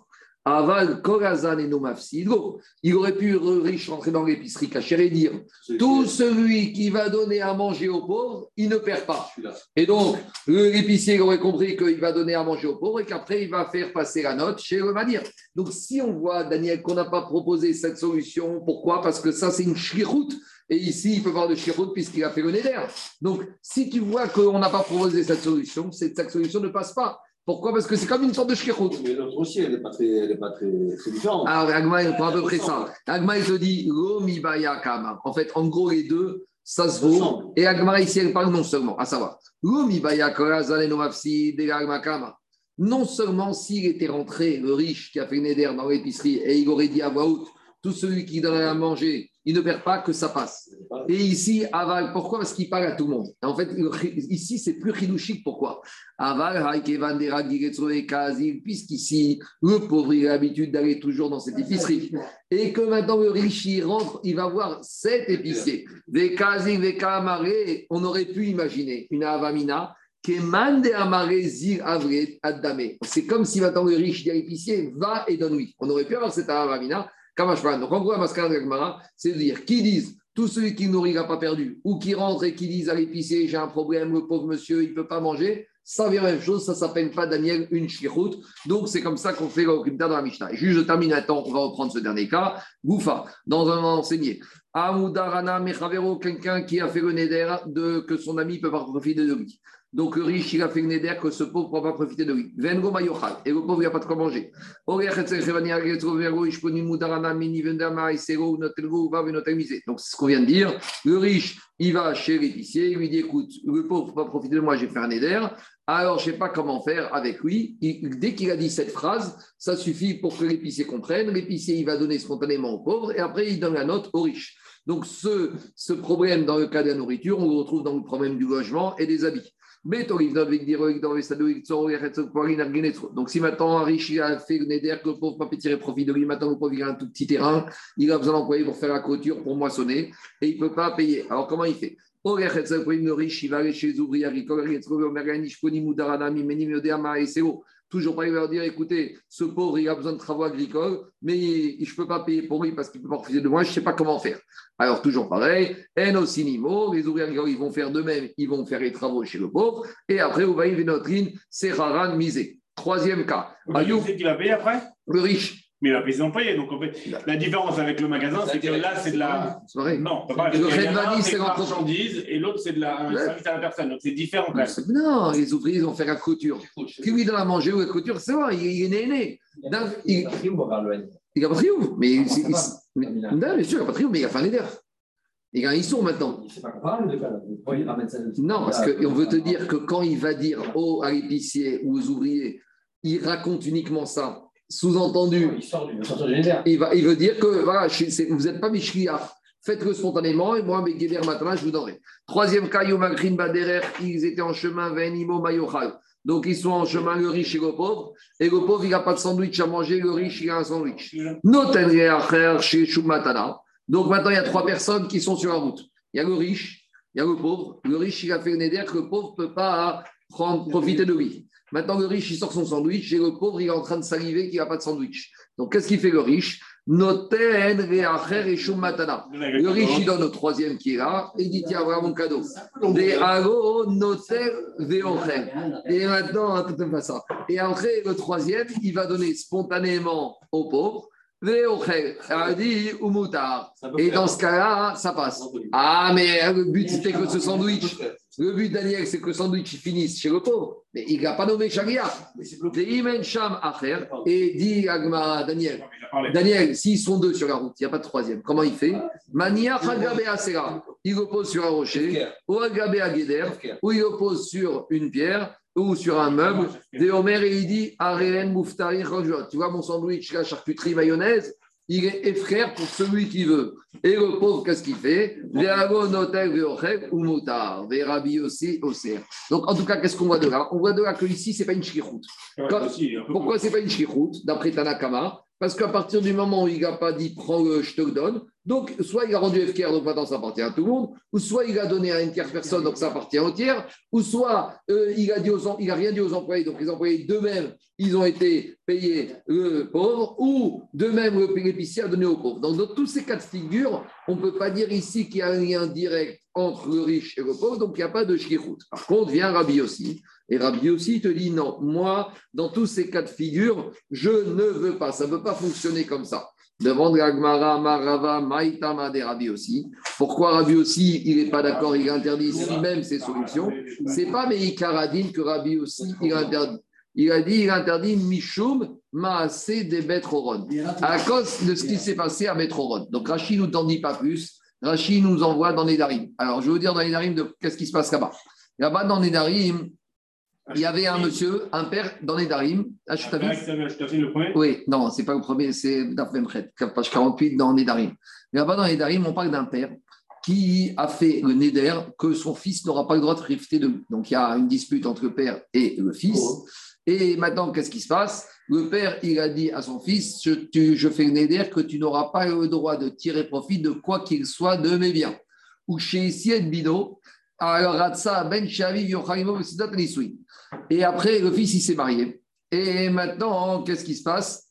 Aval, Korazan et Nomafsidro. Il aurait pu, le riche, rentrer dans l'épicerie cachère et dire tout celui qui va donner à manger aux pauvres, il ne perd pas. Et donc, l'épicier aurait compris qu'il va donner à manger aux pauvres et qu'après, il va faire passer la note chez le Madir. Donc, si on voit, Daniel, qu'on n'a pas proposé cette solution, pourquoi ? Parce que ça, c'est une chliroute. Et ici, il peut voir de chliroute puisqu'il a fait le néder. Donc, si tu vois qu'on n'a pas proposé cette solution, cette, cette solution ne passe pas. Pourquoi ? Parce que c'est comme une sorte de shkirut. Mais l'autre aussi, elle n'est pas très, elle est pas très, très différente. Alors, Agma, il prend à peu près ça. Agma, il te dit, Lomibaya Kama. En fait, en gros, les deux, ça se vaut. Et Agma, ici, elle parle non seulement, à savoir, Lomibaya Korazalenomafsi de Agma Kama. Non seulement s'il était rentré, le riche qui a fait Neder dans l'épicerie, et il aurait dit à voix haute, tout celui qui donne à manger, il ne perd pas, que ça passe. Et ici, Aval, pourquoi ? Parce qu'il parle à tout le monde. En fait, ici, c'est plus chidouchique. Pourquoi ? Aval, puisqu'ici, le pauvre, il a l'habitude d'aller toujours dans cette épicerie. Et que maintenant, le riche, il rentre, il va voir cet épicier. On aurait pu imaginer une avamina. C'est comme si maintenant le riche dit à l'épicier, va et donne-lui. On aurait pu avoir cette avamina. Donc, en gros, la mascara de Gmara, c'est de dire qui disent tout celui qui nourrit n'a pas perdu, ou qui rentre et qui disent à l'épicier j'ai un problème, le pauvre monsieur, il ne peut pas manger, ça vient la même chose, ça ne s'appelle pas Daniel une shlichut. Donc, c'est comme ça qu'on fait l'occulta dans la Mishnah. Et juste, je termine un temps, on va reprendre ce dernier cas. Goufa, dans un enseigné. Amoudarana Mechavero, quelqu'un qui a fait le neder de que son ami ne peut pas profiter de lui. Donc, le riche, il a fait le neder que ce pauvre ne peut pas profiter de lui. Vengo mayochal. Et le pauvre, il n'a pas de quoi manger. Donc, c'est ce qu'on vient de dire. Le riche, il va chez l'épicier, il lui dit écoute, le pauvre ne peut pas profiter de moi, j'ai fait un neder. Alors, je ne sais pas comment faire avec lui. Il, dès qu'il a dit cette phrase, ça suffit pour que l'épicier comprenne. L'épicier, il va donner spontanément au pauvre et après, il donne la note au riche. Donc, ce, ce problème dans le cas de la nourriture, on le retrouve dans le problème du logement et des habits. Donc, si maintenant un riche a fait le neder, que le pauvre ne peut pas tirer profit de lui, maintenant le pauvre il a un tout petit terrain, il a besoin d'employer pour faire la clôture, pour moissonner, et il ne peut pas payer. Alors, comment il fait ? Le riche, il va aller chez les ouvriers agricoles, toujours pas, il va leur dire écoutez, ce pauvre, il a besoin de travaux agricoles, mais je ne peux pas payer pour lui parce qu'il ne peut pas refuser de moi, je ne sais pas comment faire. Alors, toujours pareil, en aussi nimo, les ouvriers agricoles, ils vont faire de même, ils vont faire les travaux chez le pauvre, et après, au vaïve notre c'est raran misé. Troisième cas. Ayou, c'est qui va payer après ? Le riche. Mais il va payer son payer. Donc, en fait, la différence avec le magasin, c'est que là, c'est de la. C'est vrai. Non, pas le magasin, c'est de la marchandise et l'autre, c'est de la... un service à la personne. Donc, c'est différent quand même. Non, les ouvriers, ils vont faire la clôture. Qui lui donne à manger ou la clôture, c'est vrai, il est né, né. Il n'a pas de triomphe, mais. Non, bien sûr, il n'a pas de triomphe, mais il a fait un éder. Il a un issour maintenant. Non, parce qu'on veut te dire que quand il va dire au, à l'épicier ou aux ouvriers, il raconte uniquement ça. Sous-entendu, il, sort du, il, va, il veut dire que voilà, vous n'êtes pas Mishriach, faites-le spontanément et moi, mes Guéder Matana, je vous donnerai. Troisième cas, Yomagrin Baderer, ils étaient en chemin, Venimo Mayochal. Donc, ils sont en chemin, le riche et le pauvre. Et le pauvre, il n'a pas de sandwich à manger, le riche, il a un sandwich. Notenreacher chez Shumatana. Donc, maintenant, il y a trois personnes qui sont sur la route. Il y a le riche, il y a le pauvre. Le riche, il a fait une éder que le pauvre ne peut pas prendre, profiter de lui. Maintenant, le riche, il sort son sandwich et le pauvre, il est en train de saliver qu'il n'a pas de sandwich. Donc, qu'est-ce qu'il fait le riche ? Le riche, il donne au troisième qui est là et il dit tiens, voilà mon cadeau. Et maintenant, tout pas ça. Et après, le troisième, il va donner spontanément au pauvre. Et dans ce cas-là, ça passe. Ah, mais le but, c'était que ce sandwich, le but, Daniel, c'est que le sandwich finisse chez le pauvre. Mais il n'a pas nommé Sharia. Et dit Agma, Daniel, Daniel, s'ils sont deux sur la route, il n'y a pas de troisième. Comment il fait ? Mania il le pose sur un rocher, ou Agabé à Guéder, ou il le pose sur une pierre, ou sur un meuble, de Omer et il dit Areen Mouftari Rojot. Tu vois mon sandwich, la charcuterie mayonnaise, il est effrayant pour celui qui veut. Et le pauvre, qu'est-ce qu'il fait ? ou Moutar, Rabi aussi, Oser. Donc en tout cas, qu'est-ce qu'on voit de là ? On voit de là que ici, ce n'est pas une shlichut. Pourquoi ce n'est pas une shlichut, d'après Tanakama ? Parce qu'à partir du moment où il n'a pas dit prends-le, je te le donne, Donc, soit il a rendu F K R, donc maintenant ça appartient à tout le monde, ou soit il a donné à une tierce personne, donc ça appartient au tiers, ou soit euh, il a dit aux, il a rien dit aux employés, donc les employés d'eux-mêmes, ils ont été payés le pauvre, ou d'eux-mêmes l'épicier a donné au pauvre. Donc, dans tous ces cas de figure, on ne peut pas dire ici qu'il y a un lien direct entre le riche et le pauvre, donc il n'y a pas de shkirut. Par contre, vient Rabbi Yossi, et Rabbi Yossi te dit non, moi, dans tous ces cas de figure, je ne veux pas, ça ne peut pas fonctionner comme ça. Demande la Gemara, Marava, Maïtama de Rabbi Yossi. Pourquoi Rabbi Yossi, il n'est pas d'accord, il interdit ici même ces solutions. Ce n'est pas Meikaradin que Rabbi Yossi, il interdit. Il a dit, il interdit Mishum Maaseh de Betroron, à cause de ce qui s'est passé à Betroron. Donc Rachid ne nous en dit pas plus. Rachid nous envoie dans les Darim. Alors je veux vous dire dans les Darim de qu'est-ce qui se passe là-bas. Là-bas dans les Darim, il y avait un monsieur, un père dans les Darim. Ah, je t'avais le premier. Oui, non, c'est pas le premier, c'est Daf Memchet, page quarante-huit dans les Darim. Là-bas dans les Darim, on parle d'un père qui a fait le neder que son fils n'aura pas le droit de rifter de lui. Donc il y a une dispute entre le père et le fils. Oh. Et maintenant, qu'est-ce qui se passe? Le père, il a dit à son fils, je, tu, je fais le neder que tu n'auras pas le droit de tirer profit de quoi qu'il soit de mes biens. Ou chez Sied Bino, alors Ratsa Ben Shavi Yochalimo Sidat Nisui. Et après, le fils, il s'est marié. Et maintenant, qu'est-ce qui se passe?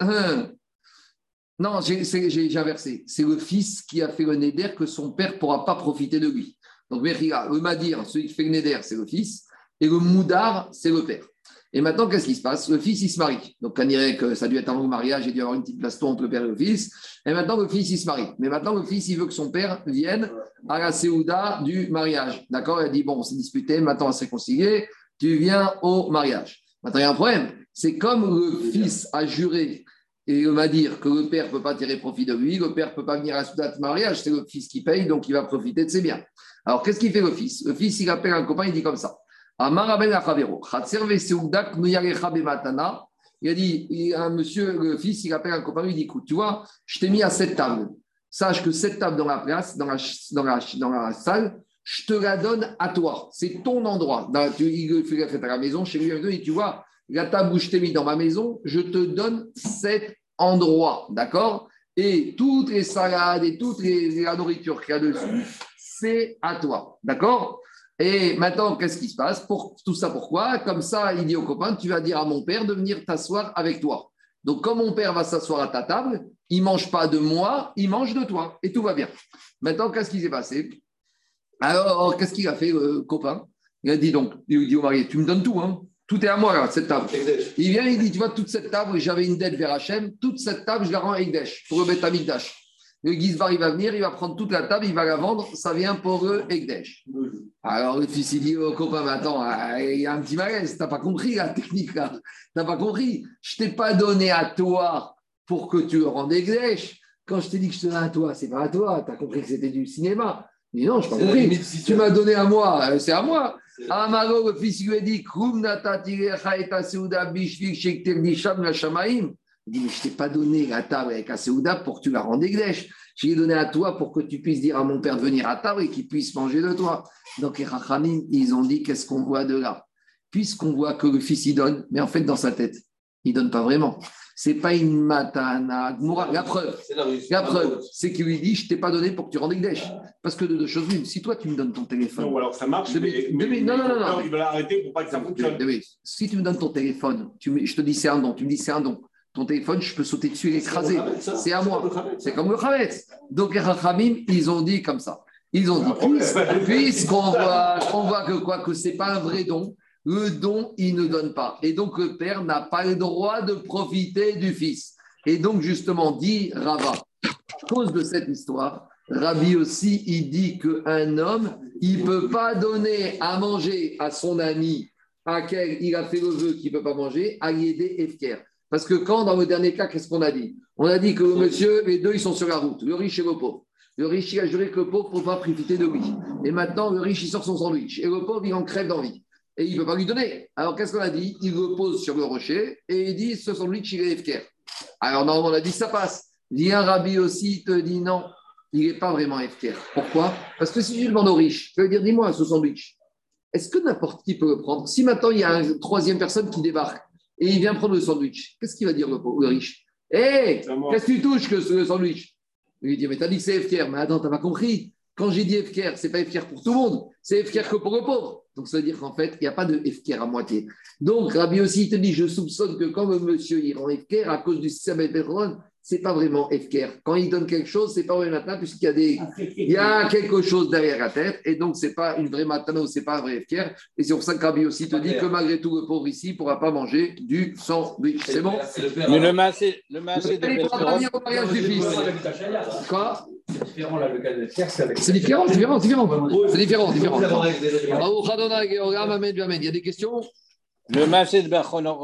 Non, j'ai, j'ai inversé. C'est le fils qui a fait le neder que son père ne pourra pas profiter de lui. Donc, le Madir, celui qui fait le neder, c'est le fils. Et le Moudar, c'est le père. Et maintenant, qu'est-ce qui se passe? Le fils, il se marie. Donc, on dirait que ça a dû être un long mariage, il a dû y avoir une petite baston entre le père et le fils. Et maintenant, le fils, il se marie. Mais maintenant, le fils, il veut que son père vienne à la séouda du mariage. D'accord? Il a dit, bon, on s'est disputé, maintenant, on s'est réconcilié, tu viens au mariage. Maintenant, il y a un problème. C'est comme le fils a juré et il m'a dit que le père ne peut pas tirer profit de lui, le père ne peut pas venir à la séouda de mariage, c'est le fils qui paye, donc il va profiter de ses biens. Alors, qu'est-ce qu'il fait le fils? Le fils, il appelle un copain, il dit comme ça. Il a dit, il y a un monsieur, le fils, il appelle un copain, il dit, écoute, tu vois, je t'ai mis à cette table. Sache que cette table dans la place, dans la, dans la, dans la salle, je te la donne à toi. C'est ton endroit. Dans, tu, il fait la fête à la maison, chez lui, il dit, tu vois, la table où je t'ai mis dans ma maison, je te donne cet endroit, d'accord? Et toutes les salades et toute les, la nourriture qu'il y a dessus, c'est à toi, d'accord? Et maintenant, qu'est-ce qui se passe? Pour tout ça, pourquoi? Comme ça, il dit au copain, tu vas dire à mon père de venir t'asseoir avec toi. Donc, comme mon père va s'asseoir à ta table, il ne mange pas de moi, il mange de toi. Et tout va bien. Maintenant, qu'est-ce qui s'est passé? Alors, qu'est-ce qu'il a fait, le copain? Il a dit donc, il dit au marié, tu me donnes tout, hein? Tout est à moi, là, cette table. Il vient, il dit, tu vois, toute cette table, j'avais une dette vers Hachem, toute cette table, je la rends à Ekdesh, pour le Beth Amikdash. Le Gizbar, il va venir, il va prendre toute la table, il va la vendre, ça vient pour eux, Ekdesh. Alors le fils, il dit au copain, mais attends, il y a un petit malaise, tu n'as pas compris la technique là, tu n'as pas compris. Je ne t'ai pas donné à toi pour que tu le rendes Ekdesh. Quand je t'ai dit que je te donne à toi, c'est pas à toi, tu as compris que c'était du cinéma. Mais non, je n'ai pas compris. Tu m'as donné à moi, c'est à moi. Amaro, le fils, il lui a dit, Krum nata tirecha et aseuda bishvik shekter disham la shamaim. Il dit, mais je ne t'ai pas donné la table avec la Séouda pour que tu la rendes Ekdesh. Je l'ai donné à toi pour que tu puisses dire à mon père de venir à table et qu'il puisse manger de toi. Donc les Rachamim, ils ont dit, qu'est-ce qu'on voit de là? Puisqu'on voit que le fils, il donne, mais en fait, dans sa tête, il ne donne pas vraiment. Ce n'est pas une matana. La preuve, la preuve, c'est qu'il lui dit, je ne t'ai pas donné pour que tu rendes Ekdesh. Parce que de deux choses l'une, si toi, tu me donnes ton téléphone. Non, alors ça marche, mais, mais, mais non, non, non, non. Il va l'arrêter pour pas que ça fonctionne. Si tu me donnes ton téléphone, tu me, je te dis, c'est un don, tu me dis, c'est un don. Ton téléphone, je peux sauter dessus et l'écraser. C'est à moi. C'est comme le Khametz. Donc, les Rachamim, ils ont dit comme ça. Ils ont dit, puisqu'on voit, on voit que quoi, que ce n'est pas un vrai don, le don, il ne donne pas. Et donc, le père n'a pas le droit de profiter du fils. Et donc, justement, dit Rava, à cause de cette histoire, Rabbi aussi, il dit qu'un homme, il ne peut pas donner à manger à son ami à qui il a fait le vœu qu'il ne peut pas manger, à l'aider Efker. Parce que quand, dans le dernier cas, qu'est-ce qu'on a dit? On a dit que le monsieur, les deux, ils sont sur la route, le riche et le pauvre. Le riche, il a juré que le pauvre ne peut pas profiter de lui. Et maintenant, le riche, il sort son sandwich. Et le pauvre, il en crève d'envie. Et il ne peut pas lui donner. Alors, qu'est-ce qu'on a dit? Il le pose sur le rocher et il dit, ce sandwich, il est efker. Alors, normalement, on a dit, ça passe. Viens, Rabbi aussi, il te dit, non, il n'est pas vraiment efker. Pourquoi? Parce que si tu demandes au riche, tu vas dire, dis-moi, ce sandwich, est-ce que n'importe qui peut le prendre? Si maintenant, il y a une troisième personne qui débarque, et il vient prendre le sandwich. Qu'est-ce qu'il va dire le, le riche? Hé, hey, qu'est-ce que tu touches que ce, le sandwich? Il lui dit, mais t'as dit que c'est Efker. Mais attends, t'as pas compris. Quand j'ai dit Efker, c'est pas Efker pour tout le monde, c'est Efker que pour le pauvre. Donc ça veut dire qu'en fait, il n'y a pas de Efker à moitié. Donc Rabbi aussi te dit, je soupçonne que quand le monsieur il rend Efker à cause du système Efker, c'est pas vraiment Efker. Quand il donne quelque chose, c'est pas vrai matin, puisqu'il y a des, il y a quelque chose derrière la tête, et donc c'est pas une vraie matana ou c'est pas un vrai Efker. Et c'est pour ça que Rabbi aussi te dit que malgré tout, le pauvre ici ne pourra pas manger du sandwich. C'est bon? Mais le massé, le massé de il pourra pas venir au mariage du fils. Quoi? C'est différent, là, le cas de Efker, c'est avec. C'est différent, c'est différent, c'est différent. C'est différent, différent. Il y a des questions? Le massé de Bechon